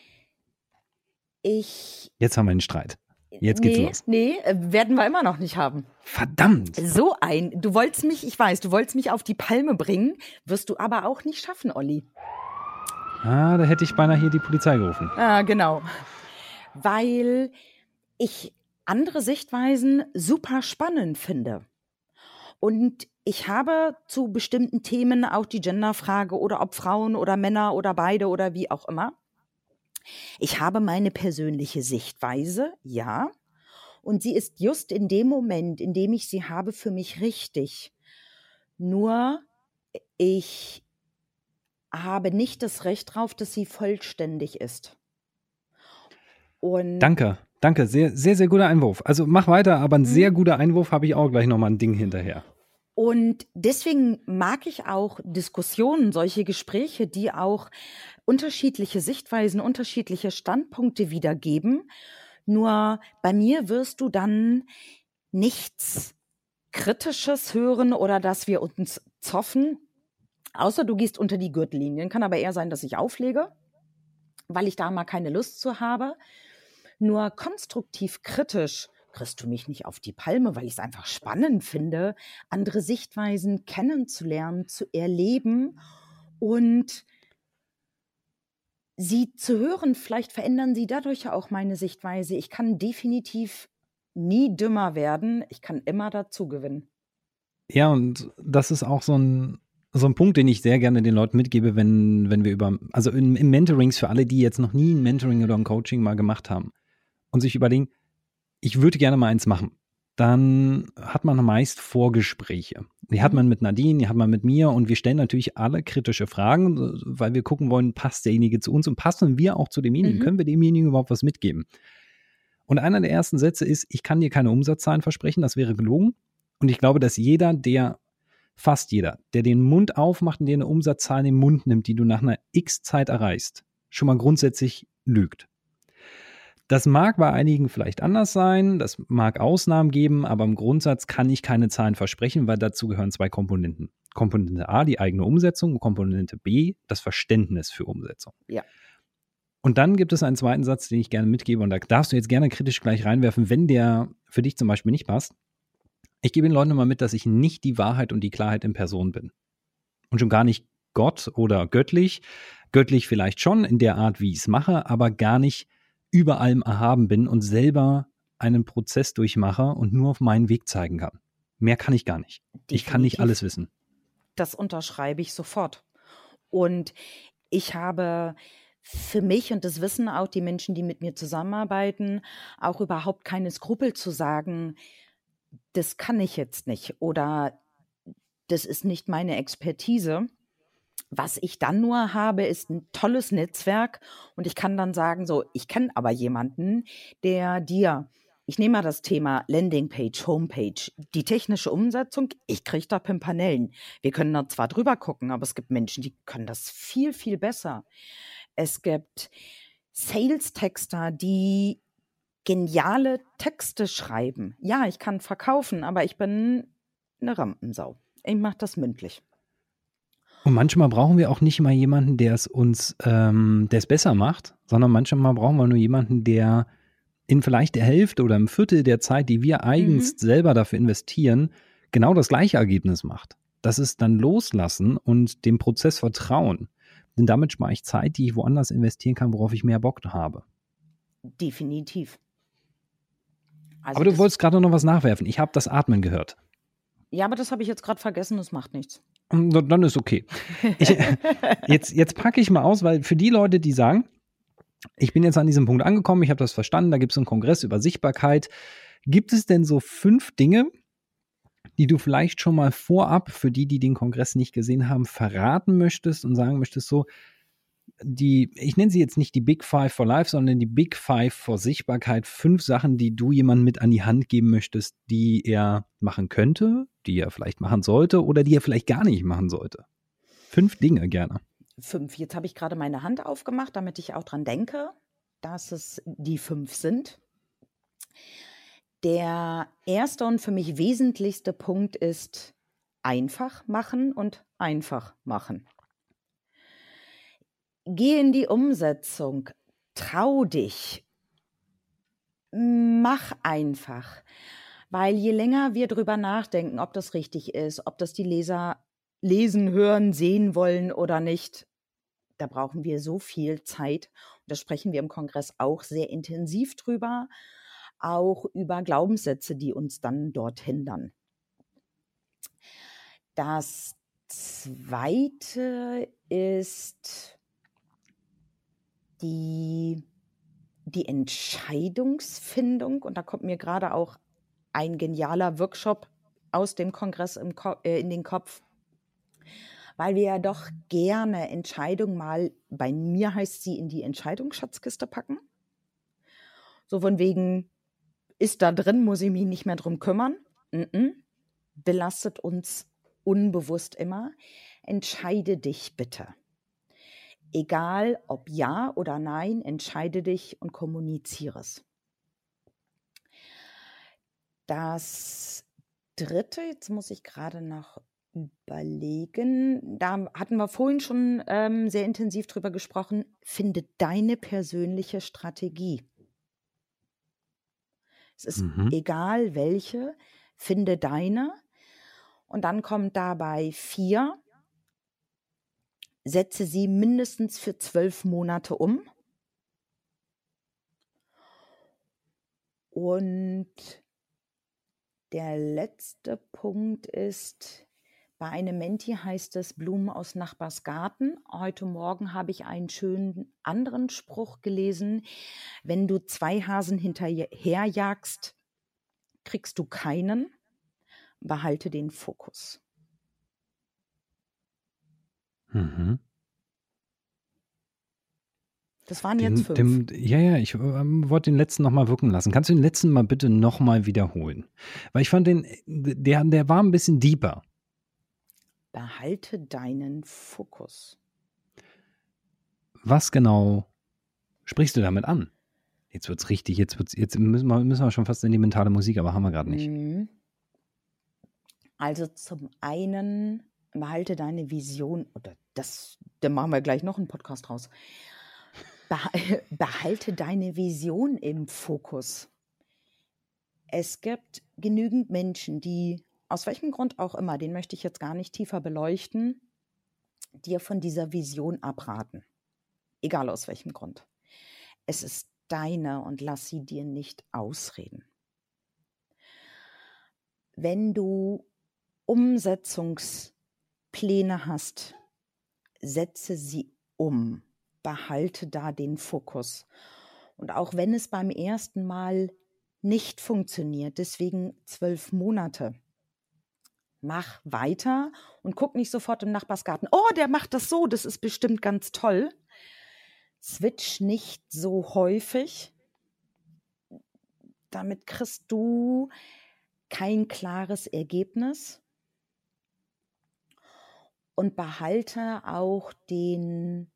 ich... Jetzt haben wir einen Streit. Jetzt geht's los. Nee, werden wir immer noch nicht haben. Verdammt! Du wolltest mich auf die Palme bringen, wirst du aber auch nicht schaffen, Olli. Da hätte ich beinahe hier die Polizei gerufen. Genau. Weil ich andere Sichtweisen super spannend finde. Und ich habe zu bestimmten Themen auch die Genderfrage oder ob Frauen oder Männer oder beide oder wie auch immer. Ich habe meine persönliche Sichtweise, ja, und sie ist just in dem Moment, in dem ich sie habe, für mich richtig. Nur ich habe nicht das Recht drauf, dass sie vollständig ist. Und Danke, sehr, sehr, sehr guter Einwurf. Also mach weiter, aber ein sehr guter Einwurf, habe ich auch gleich nochmal ein Ding hinterher. Und deswegen mag ich auch Diskussionen, solche Gespräche, die auch unterschiedliche Sichtweisen, unterschiedliche Standpunkte wiedergeben. Nur bei mir wirst du dann nichts Kritisches hören oder dass wir uns zoffen, außer du gehst unter die Gürtellinien. Kann aber eher sein, dass ich auflege, weil ich da mal keine Lust zu habe. Nur konstruktiv kritisch kriegst du mich nicht auf die Palme, weil ich es einfach spannend finde, andere Sichtweisen kennenzulernen, zu erleben und sie zu hören. Vielleicht verändern sie dadurch ja auch meine Sichtweise. Ich kann definitiv nie dümmer werden. Ich kann immer dazu gewinnen. Ja, und das ist auch so ein Punkt, den ich sehr gerne den Leuten mitgebe, wenn wir also im Mentorings für alle, die jetzt noch nie ein Mentoring oder ein Coaching mal gemacht haben und sich überlegen, ich würde gerne mal eins machen. Dann hat man meist Vorgespräche. Die hat man mit Nadine, die hat man mit mir und wir stellen natürlich alle kritische Fragen, weil wir gucken wollen, passt derjenige zu uns und passen wir auch zu demjenigen? Können wir demjenigen überhaupt was mitgeben? Und einer der ersten Sätze ist, ich kann dir keine Umsatzzahlen versprechen, das wäre gelogen. Und ich glaube, dass fast jeder, der den Mund aufmacht und dir eine Umsatzzahl in den Mund nimmt, die du nach einer X-Zeit erreichst, schon mal grundsätzlich lügt. Das mag bei einigen vielleicht anders sein, das mag Ausnahmen geben, aber im Grundsatz kann ich keine Zahlen versprechen, weil dazu gehören zwei Komponenten. Komponente A, die eigene Umsetzung und Komponente B, das Verständnis für Umsetzung. Ja. Und dann gibt es einen zweiten Satz, den ich gerne mitgebe und da darfst du jetzt gerne kritisch gleich reinwerfen, wenn der für dich zum Beispiel nicht passt. Ich gebe den Leuten immer mit, dass ich nicht die Wahrheit und die Klarheit in Person bin. Und schon gar nicht Gott oder göttlich. Göttlich vielleicht schon in der Art, wie ich es mache, aber gar nicht über allem erhaben bin und selber einen Prozess durchmache und nur auf meinen Weg zeigen kann. Mehr kann ich gar nicht. Definitiv. Ich kann nicht alles wissen. Das unterschreibe ich sofort. Und ich habe für mich, und das wissen auch die Menschen, die mit mir zusammenarbeiten, auch überhaupt keine Skrupel zu sagen, das kann ich jetzt nicht oder das ist nicht meine Expertise. Was ich dann nur habe, ist ein tolles Netzwerk und ich kann dann sagen, so, ich kenne aber jemanden, der dir Ich nehme mal das Thema Landingpage, Homepage, die technische Umsetzung. Ich kriege da Pimpanellen. Wir können da zwar drüber gucken, aber es gibt Menschen, die können das viel, viel besser. Es gibt Sales-Texter, die geniale Texte schreiben. Ja, ich kann verkaufen, aber ich bin eine Rampensau. Ich mache das mündlich. Und manchmal brauchen wir auch nicht mal jemanden, der es besser macht, sondern manchmal brauchen wir nur jemanden, der in vielleicht der Hälfte oder im Viertel der Zeit, die wir eigens selber dafür investieren, genau das gleiche Ergebnis macht. Das ist dann loslassen und dem Prozess vertrauen. Denn damit spare ich Zeit, die ich woanders investieren kann, worauf ich mehr Bock habe. Definitiv. Also aber du wolltest gerade noch was nachwerfen. Ich habe das Atmen gehört. Ja, aber das habe ich jetzt gerade vergessen. Das macht nichts. Dann ist okay. Jetzt packe ich mal aus, weil für die Leute, die sagen, ich bin jetzt an diesem Punkt angekommen, ich habe das verstanden, da gibt es einen Kongress über Sichtbarkeit. Gibt es denn so 5 Dinge, die du vielleicht schon mal vorab, für die den Kongress nicht gesehen haben, verraten möchtest und sagen möchtest, so, ich nenne sie jetzt nicht die Big Five for Life, sondern die Big Five for Sichtbarkeit. 5 Sachen, die du jemandem mit an die Hand geben möchtest, die er machen könnte, die er vielleicht machen sollte oder die er vielleicht gar nicht machen sollte. 5 Dinge gerne. 5. Jetzt habe ich gerade meine Hand aufgemacht, damit ich auch dran denke, dass es die 5 sind. Der erste und für mich wesentlichste Punkt ist einfach machen und einfach machen. Geh in die Umsetzung, trau dich, mach einfach, weil je länger wir drüber nachdenken, ob das richtig ist, ob das die Leser lesen, hören, sehen wollen oder nicht, da brauchen wir so viel Zeit. Und da sprechen wir im Kongress auch sehr intensiv drüber, auch über Glaubenssätze, die uns dann dort hindern. Das Zweite ist die Entscheidungsfindung. Und da kommt mir gerade auch ein genialer Workshop aus dem Kongress in den Kopf, weil wir ja doch gerne Entscheidungen mal, bei mir heißt sie, in die Entscheidungsschatzkiste packen. So von wegen, ist da drin, muss ich mich nicht mehr drum kümmern. Belastet uns unbewusst immer. Entscheide dich bitte. Egal ob ja oder nein, entscheide dich und kommuniziere es. Das Dritte, jetzt muss ich gerade noch überlegen, da hatten wir vorhin schon sehr intensiv drüber gesprochen, finde deine persönliche Strategie. Es ist egal welche, finde deine. Und dann kommt dabei 4, setze sie mindestens für 12 Monate um. Und der letzte Punkt ist, bei einem Menti heißt es Blumen aus Nachbars Garten. Heute Morgen habe ich einen schönen anderen Spruch gelesen. Wenn du 2 Hasen hinterherjagst, kriegst du keinen. Behalte den Fokus. Das waren jetzt 5. Ich wollte den letzten nochmal wirken lassen. Kannst du den letzten mal bitte nochmal wiederholen? Weil ich fand der war ein bisschen deeper. Behalte deinen Fokus. Was genau sprichst du damit an? Jetzt wird's richtig, jetzt müssen wir schon fast in die mentale Musik, aber haben wir gerade nicht. Also zum einen, behalte deine Vision, da machen wir gleich noch einen Podcast draus. Behalte deine Vision im Fokus. Es gibt genügend Menschen, die, aus welchem Grund auch immer, den möchte ich jetzt gar nicht tiefer beleuchten, dir von dieser Vision abraten. Egal aus welchem Grund. Es ist deine und lass sie dir nicht ausreden. Wenn du Umsetzungspläne hast, setze sie um. Behalte da den Fokus. Und auch wenn es beim ersten Mal nicht funktioniert, deswegen 12 Monate, mach weiter und guck nicht sofort im Nachbarsgarten, oh, der macht das so, das ist bestimmt ganz toll. Switch nicht so häufig. damit kriegst du kein klares Ergebnis und behalte auch den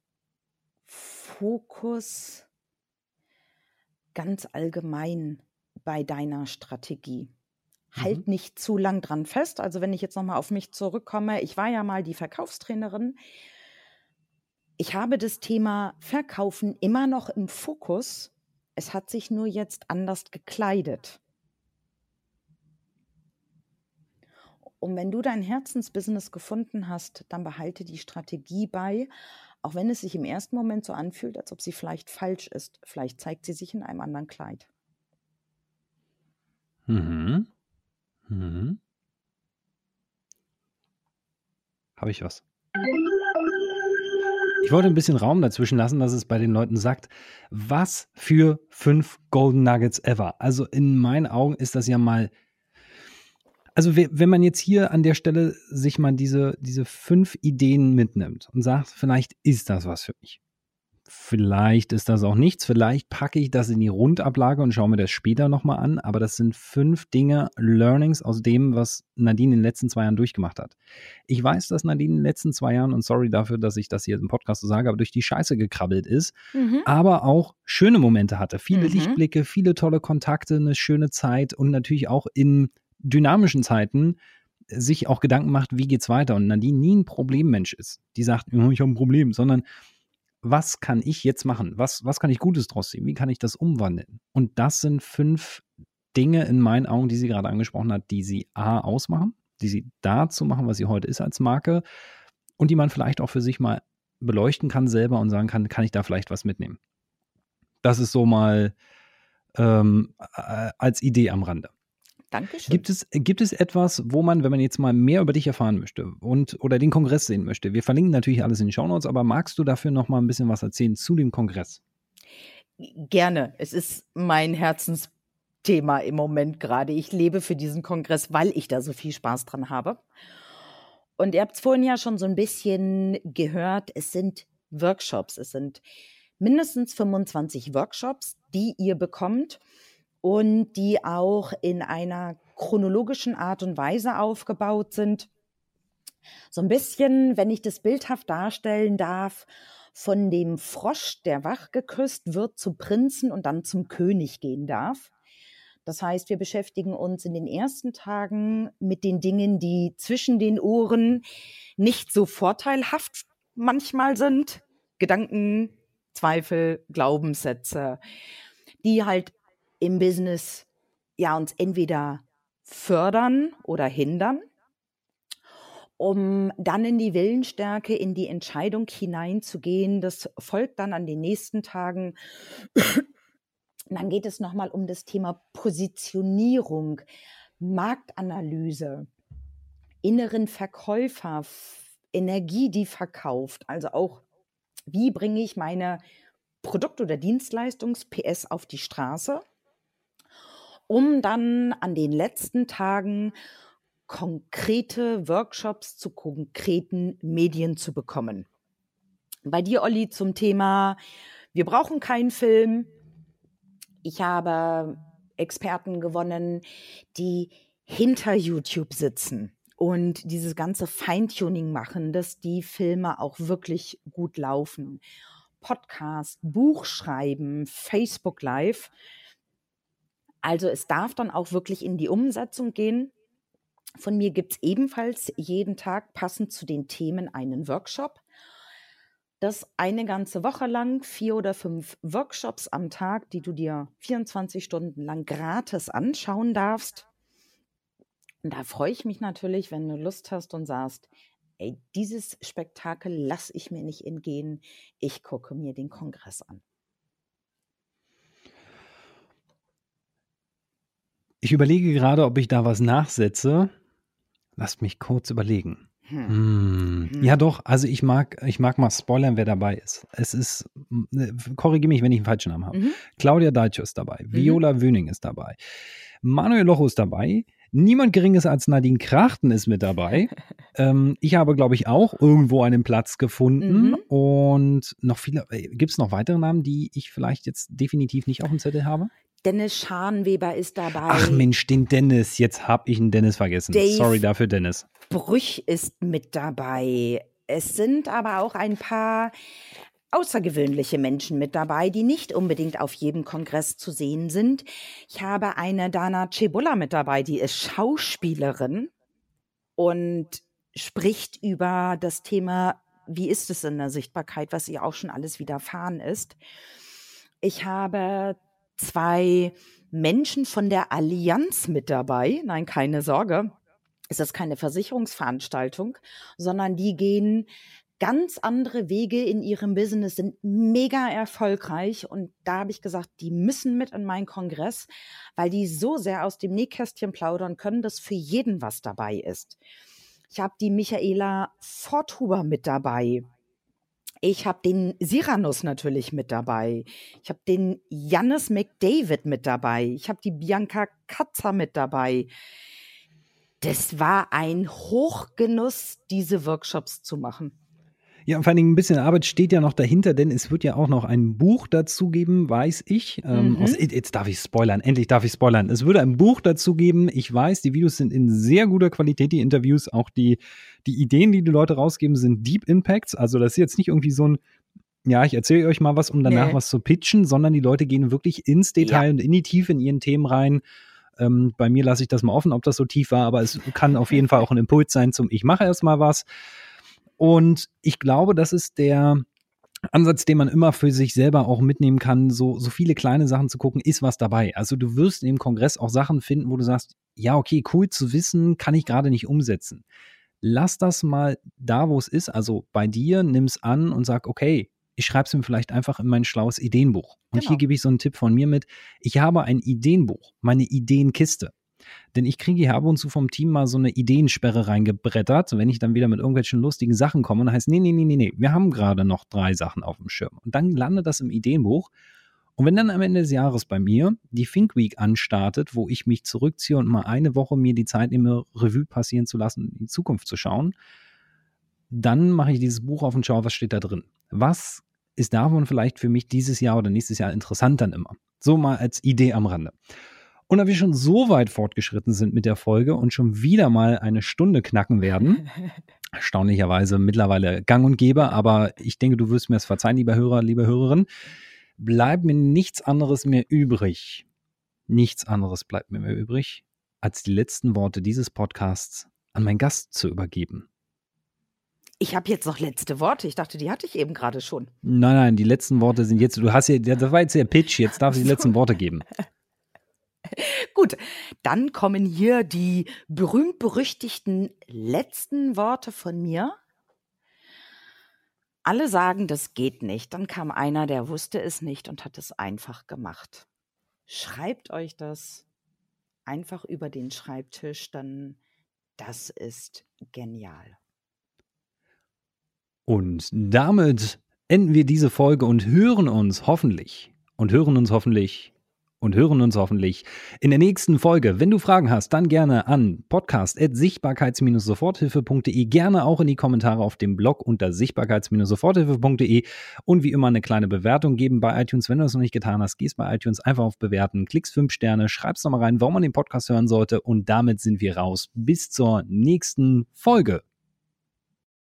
Fokus ganz allgemein bei deiner Strategie. Halt nicht zu lang dran fest. Also wenn ich jetzt nochmal auf mich zurückkomme, ich war ja mal die Verkaufstrainerin. Ich habe das Thema Verkaufen immer noch im Fokus. Es hat sich nur jetzt anders gekleidet. Und wenn du dein Herzensbusiness gefunden hast, dann behalte die Strategie bei, auch wenn es sich im ersten Moment so anfühlt, als ob sie vielleicht falsch ist. Vielleicht zeigt sie sich in einem anderen Kleid. Habe ich was? Ich wollte ein bisschen Raum dazwischen lassen, dass es bei den Leuten sagt, was für 5 Golden Nuggets ever. Also in meinen Augen ist das ja mal, also wenn man jetzt hier an der Stelle sich mal diese 5 Ideen mitnimmt und sagt, vielleicht ist das was für mich. Vielleicht ist das auch nichts, vielleicht packe ich das in die Rundablage und schaue mir das später nochmal an, aber das sind 5 Dinge, Learnings aus dem, was Nadine in den letzten 2 Jahren durchgemacht hat. Ich weiß, dass Nadine in den letzten 2 Jahren, und sorry dafür, dass ich das hier im Podcast so sage, aber durch die Scheiße gekrabbelt ist, aber auch schöne Momente hatte, viele Lichtblicke, viele tolle Kontakte, eine schöne Zeit und natürlich auch in dynamischen Zeiten sich auch Gedanken macht, wie geht's weiter, und Nadine nie ein Problemmensch ist, die sagt, ich habe ein Problem, sondern was kann ich jetzt machen? Was kann ich Gutes draus ziehen? Wie kann ich das umwandeln? Und das sind 5 Dinge in meinen Augen, die sie gerade angesprochen hat, die sie ausmachen, die sie dazu machen, was sie heute ist als Marke, und die man vielleicht auch für sich mal beleuchten kann selber und sagen kann ich da vielleicht was mitnehmen? Das ist so mal als Idee am Rande. Dankeschön. Gibt es etwas, wo man, wenn man jetzt mal mehr über dich erfahren möchte oder den Kongress sehen möchte, wir verlinken natürlich alles in den Shownotes, aber magst du dafür noch mal ein bisschen was erzählen zu dem Kongress? Gerne. Es ist mein Herzensthema im Moment gerade. Ich lebe für diesen Kongress, weil ich da so viel Spaß dran habe. Und ihr habt es vorhin ja schon so ein bisschen gehört, es sind Workshops. Es sind mindestens 25 Workshops, die ihr bekommt und die auch in einer chronologischen Art und Weise aufgebaut sind. So ein bisschen, wenn ich das bildhaft darstellen darf, von dem Frosch, der wach geküsst wird, zum Prinzen und dann zum König gehen darf. Das heißt, wir beschäftigen uns in den ersten Tagen mit den Dingen, die zwischen den Ohren nicht so vorteilhaft manchmal sind. Gedanken, Zweifel, Glaubenssätze, die halt im Business ja uns entweder fördern oder hindern, um dann in die Willensstärke, in die Entscheidung hineinzugehen. Das folgt dann an den nächsten Tagen. Und dann geht es nochmal um das Thema Positionierung, Marktanalyse, inneren Verkäufer, Energie, die verkauft. Also auch, wie bringe ich meine Produkt- oder Dienstleistungs-PS auf die Straße, um dann an den letzten Tagen konkrete Workshops zu konkreten Medien zu bekommen. Bei dir, Olli, zum Thema, wir brauchen keinen Film. Ich habe Experten gewonnen, die hinter YouTube sitzen und dieses ganze Feintuning machen, dass die Filme auch wirklich gut laufen. Podcast, Buch schreiben, Facebook Live. Also es darf dann auch wirklich in die Umsetzung gehen. Von mir gibt es ebenfalls jeden Tag passend zu den Themen einen Workshop. Das eine ganze Woche lang, 4 oder 5 Workshops am Tag, die du dir 24 Stunden lang gratis anschauen darfst. Und da freue ich mich natürlich, wenn du Lust hast und sagst, ey, dieses Spektakel lasse ich mir nicht entgehen. Ich gucke mir den Kongress an. Ich überlege gerade, ob ich da was nachsetze. Lasst mich kurz überlegen. Ja doch, also ich mag mal spoilern, wer dabei ist. Es ist, korrigiere mich, wenn ich einen falschen Namen habe. Claudia Deitsch ist dabei, Viola Wöning ist dabei, Manuel Locho ist dabei, niemand Geringes als Nadine Krachten ist mit dabei. Ich habe, glaube ich, auch irgendwo einen Platz gefunden und noch viele, gibt es noch weitere Namen, die ich vielleicht jetzt definitiv nicht auf dem Zettel habe? Dennis Scharnweber ist dabei. Ach Mensch, den Dennis. Jetzt habe ich einen Dennis vergessen. Dave Sorry dafür, Dennis. Brüch ist mit dabei. Es sind aber auch ein paar außergewöhnliche Menschen mit dabei, die nicht unbedingt auf jedem Kongress zu sehen sind. Ich habe eine Dana Cebolla mit dabei, die ist Schauspielerin und spricht über das Thema, wie ist es in der Sichtbarkeit, was ihr auch schon alles widerfahren ist. Ich habe 2 Menschen von der Allianz mit dabei. Nein, keine Sorge, es ist keine Versicherungsveranstaltung, sondern die gehen ganz andere Wege in ihrem Business, sind mega erfolgreich. Und da habe ich gesagt, die müssen mit in meinen Kongress, weil die so sehr aus dem Nähkästchen plaudern können, dass für jeden was dabei ist. Ich habe die Michaela Forthuber mit dabei. Ich habe den Siranus natürlich mit dabei. Ich habe den Jannis McDavid mit dabei. Ich habe die Bianca Katzer mit dabei. Das war ein Hochgenuss, diese Workshops zu machen. Ja, und vor allen Dingen ein bisschen Arbeit steht ja noch dahinter, denn es wird ja auch noch ein Buch dazu geben, weiß ich. Jetzt darf ich spoilern, endlich darf ich spoilern. Es würde ein Buch dazu geben. Ich weiß, die Videos sind in sehr guter Qualität, die Interviews, auch die Ideen, die Leute rausgeben, sind Deep Impacts. Also das ist jetzt nicht irgendwie so ein, ja, ich erzähle euch mal was, um danach was zu pitchen, sondern die Leute gehen wirklich ins Detail und in die Tiefe in ihren Themen rein. Bei mir lasse ich das mal offen, ob das so tief war, aber es kann auf jeden Fall auch ein Impuls sein zum Ich mache erst mal was. Und ich glaube, das ist der Ansatz, den man immer für sich selber auch mitnehmen kann, so viele kleine Sachen zu gucken, ist was dabei. Also du wirst im Kongress auch Sachen finden, wo du sagst, ja, okay, cool zu wissen, kann ich gerade nicht umsetzen. Lass das mal da, wo es ist, also bei dir, nimm's an und sag, okay, ich schreibe es mir vielleicht einfach in mein schlaues Ideenbuch. Und hier gebe ich so einen Tipp von mir mit, ich habe ein Ideenbuch, meine Ideenkiste. Denn ich kriege hier ab und zu vom Team mal so eine Ideensperre reingebrettert, wenn ich dann wieder mit irgendwelchen lustigen Sachen komme und heißt, nee, wir haben gerade noch 3 Sachen auf dem Schirm. Und dann landet das im Ideenbuch. Und wenn dann am Ende des Jahres bei mir die Think Week anstartet, wo ich mich zurückziehe und mal eine Woche mir die Zeit nehme, Revue passieren zu lassen, in die Zukunft zu schauen, dann mache ich dieses Buch auf und schaue, was steht da drin. Was ist davon vielleicht für mich dieses Jahr oder nächstes Jahr interessant dann immer? So mal als Idee am Rande. Und da wir schon so weit fortgeschritten sind mit der Folge und schon wieder mal eine Stunde knacken werden, erstaunlicherweise mittlerweile gang und gäbe, aber ich denke, du wirst mir das verzeihen, lieber Hörer, liebe Hörerin, bleibt mir nichts anderes mehr übrig. Nichts anderes bleibt mir mehr übrig, als die letzten Worte dieses Podcasts an meinen Gast zu übergeben. Ich habe jetzt noch letzte Worte. Ich dachte, die hatte ich eben gerade schon. Nein, die letzten Worte sind jetzt, das war jetzt der Pitch, jetzt darf ich die letzten Worte geben. Gut, dann kommen hier die berühmt-berüchtigten letzten Worte von mir. Alle sagen, das geht nicht. Dann kam einer, der wusste es nicht und hat es einfach gemacht. Schreibt euch das einfach über den Schreibtisch, dann das ist genial. Und damit enden wir diese Folge und hören uns hoffentlich in der nächsten Folge. Wenn du Fragen hast, dann gerne an podcast@sichtbarkeits-soforthilfe.de, gerne auch in die Kommentare auf dem Blog unter sichtbarkeits-soforthilfe.de und wie immer eine kleine Bewertung geben bei iTunes. Wenn du das noch nicht getan hast, gehst bei iTunes einfach auf Bewerten, klickst 5 Sterne, schreibst nochmal rein, warum man den Podcast hören sollte und damit sind wir raus. Bis zur nächsten Folge.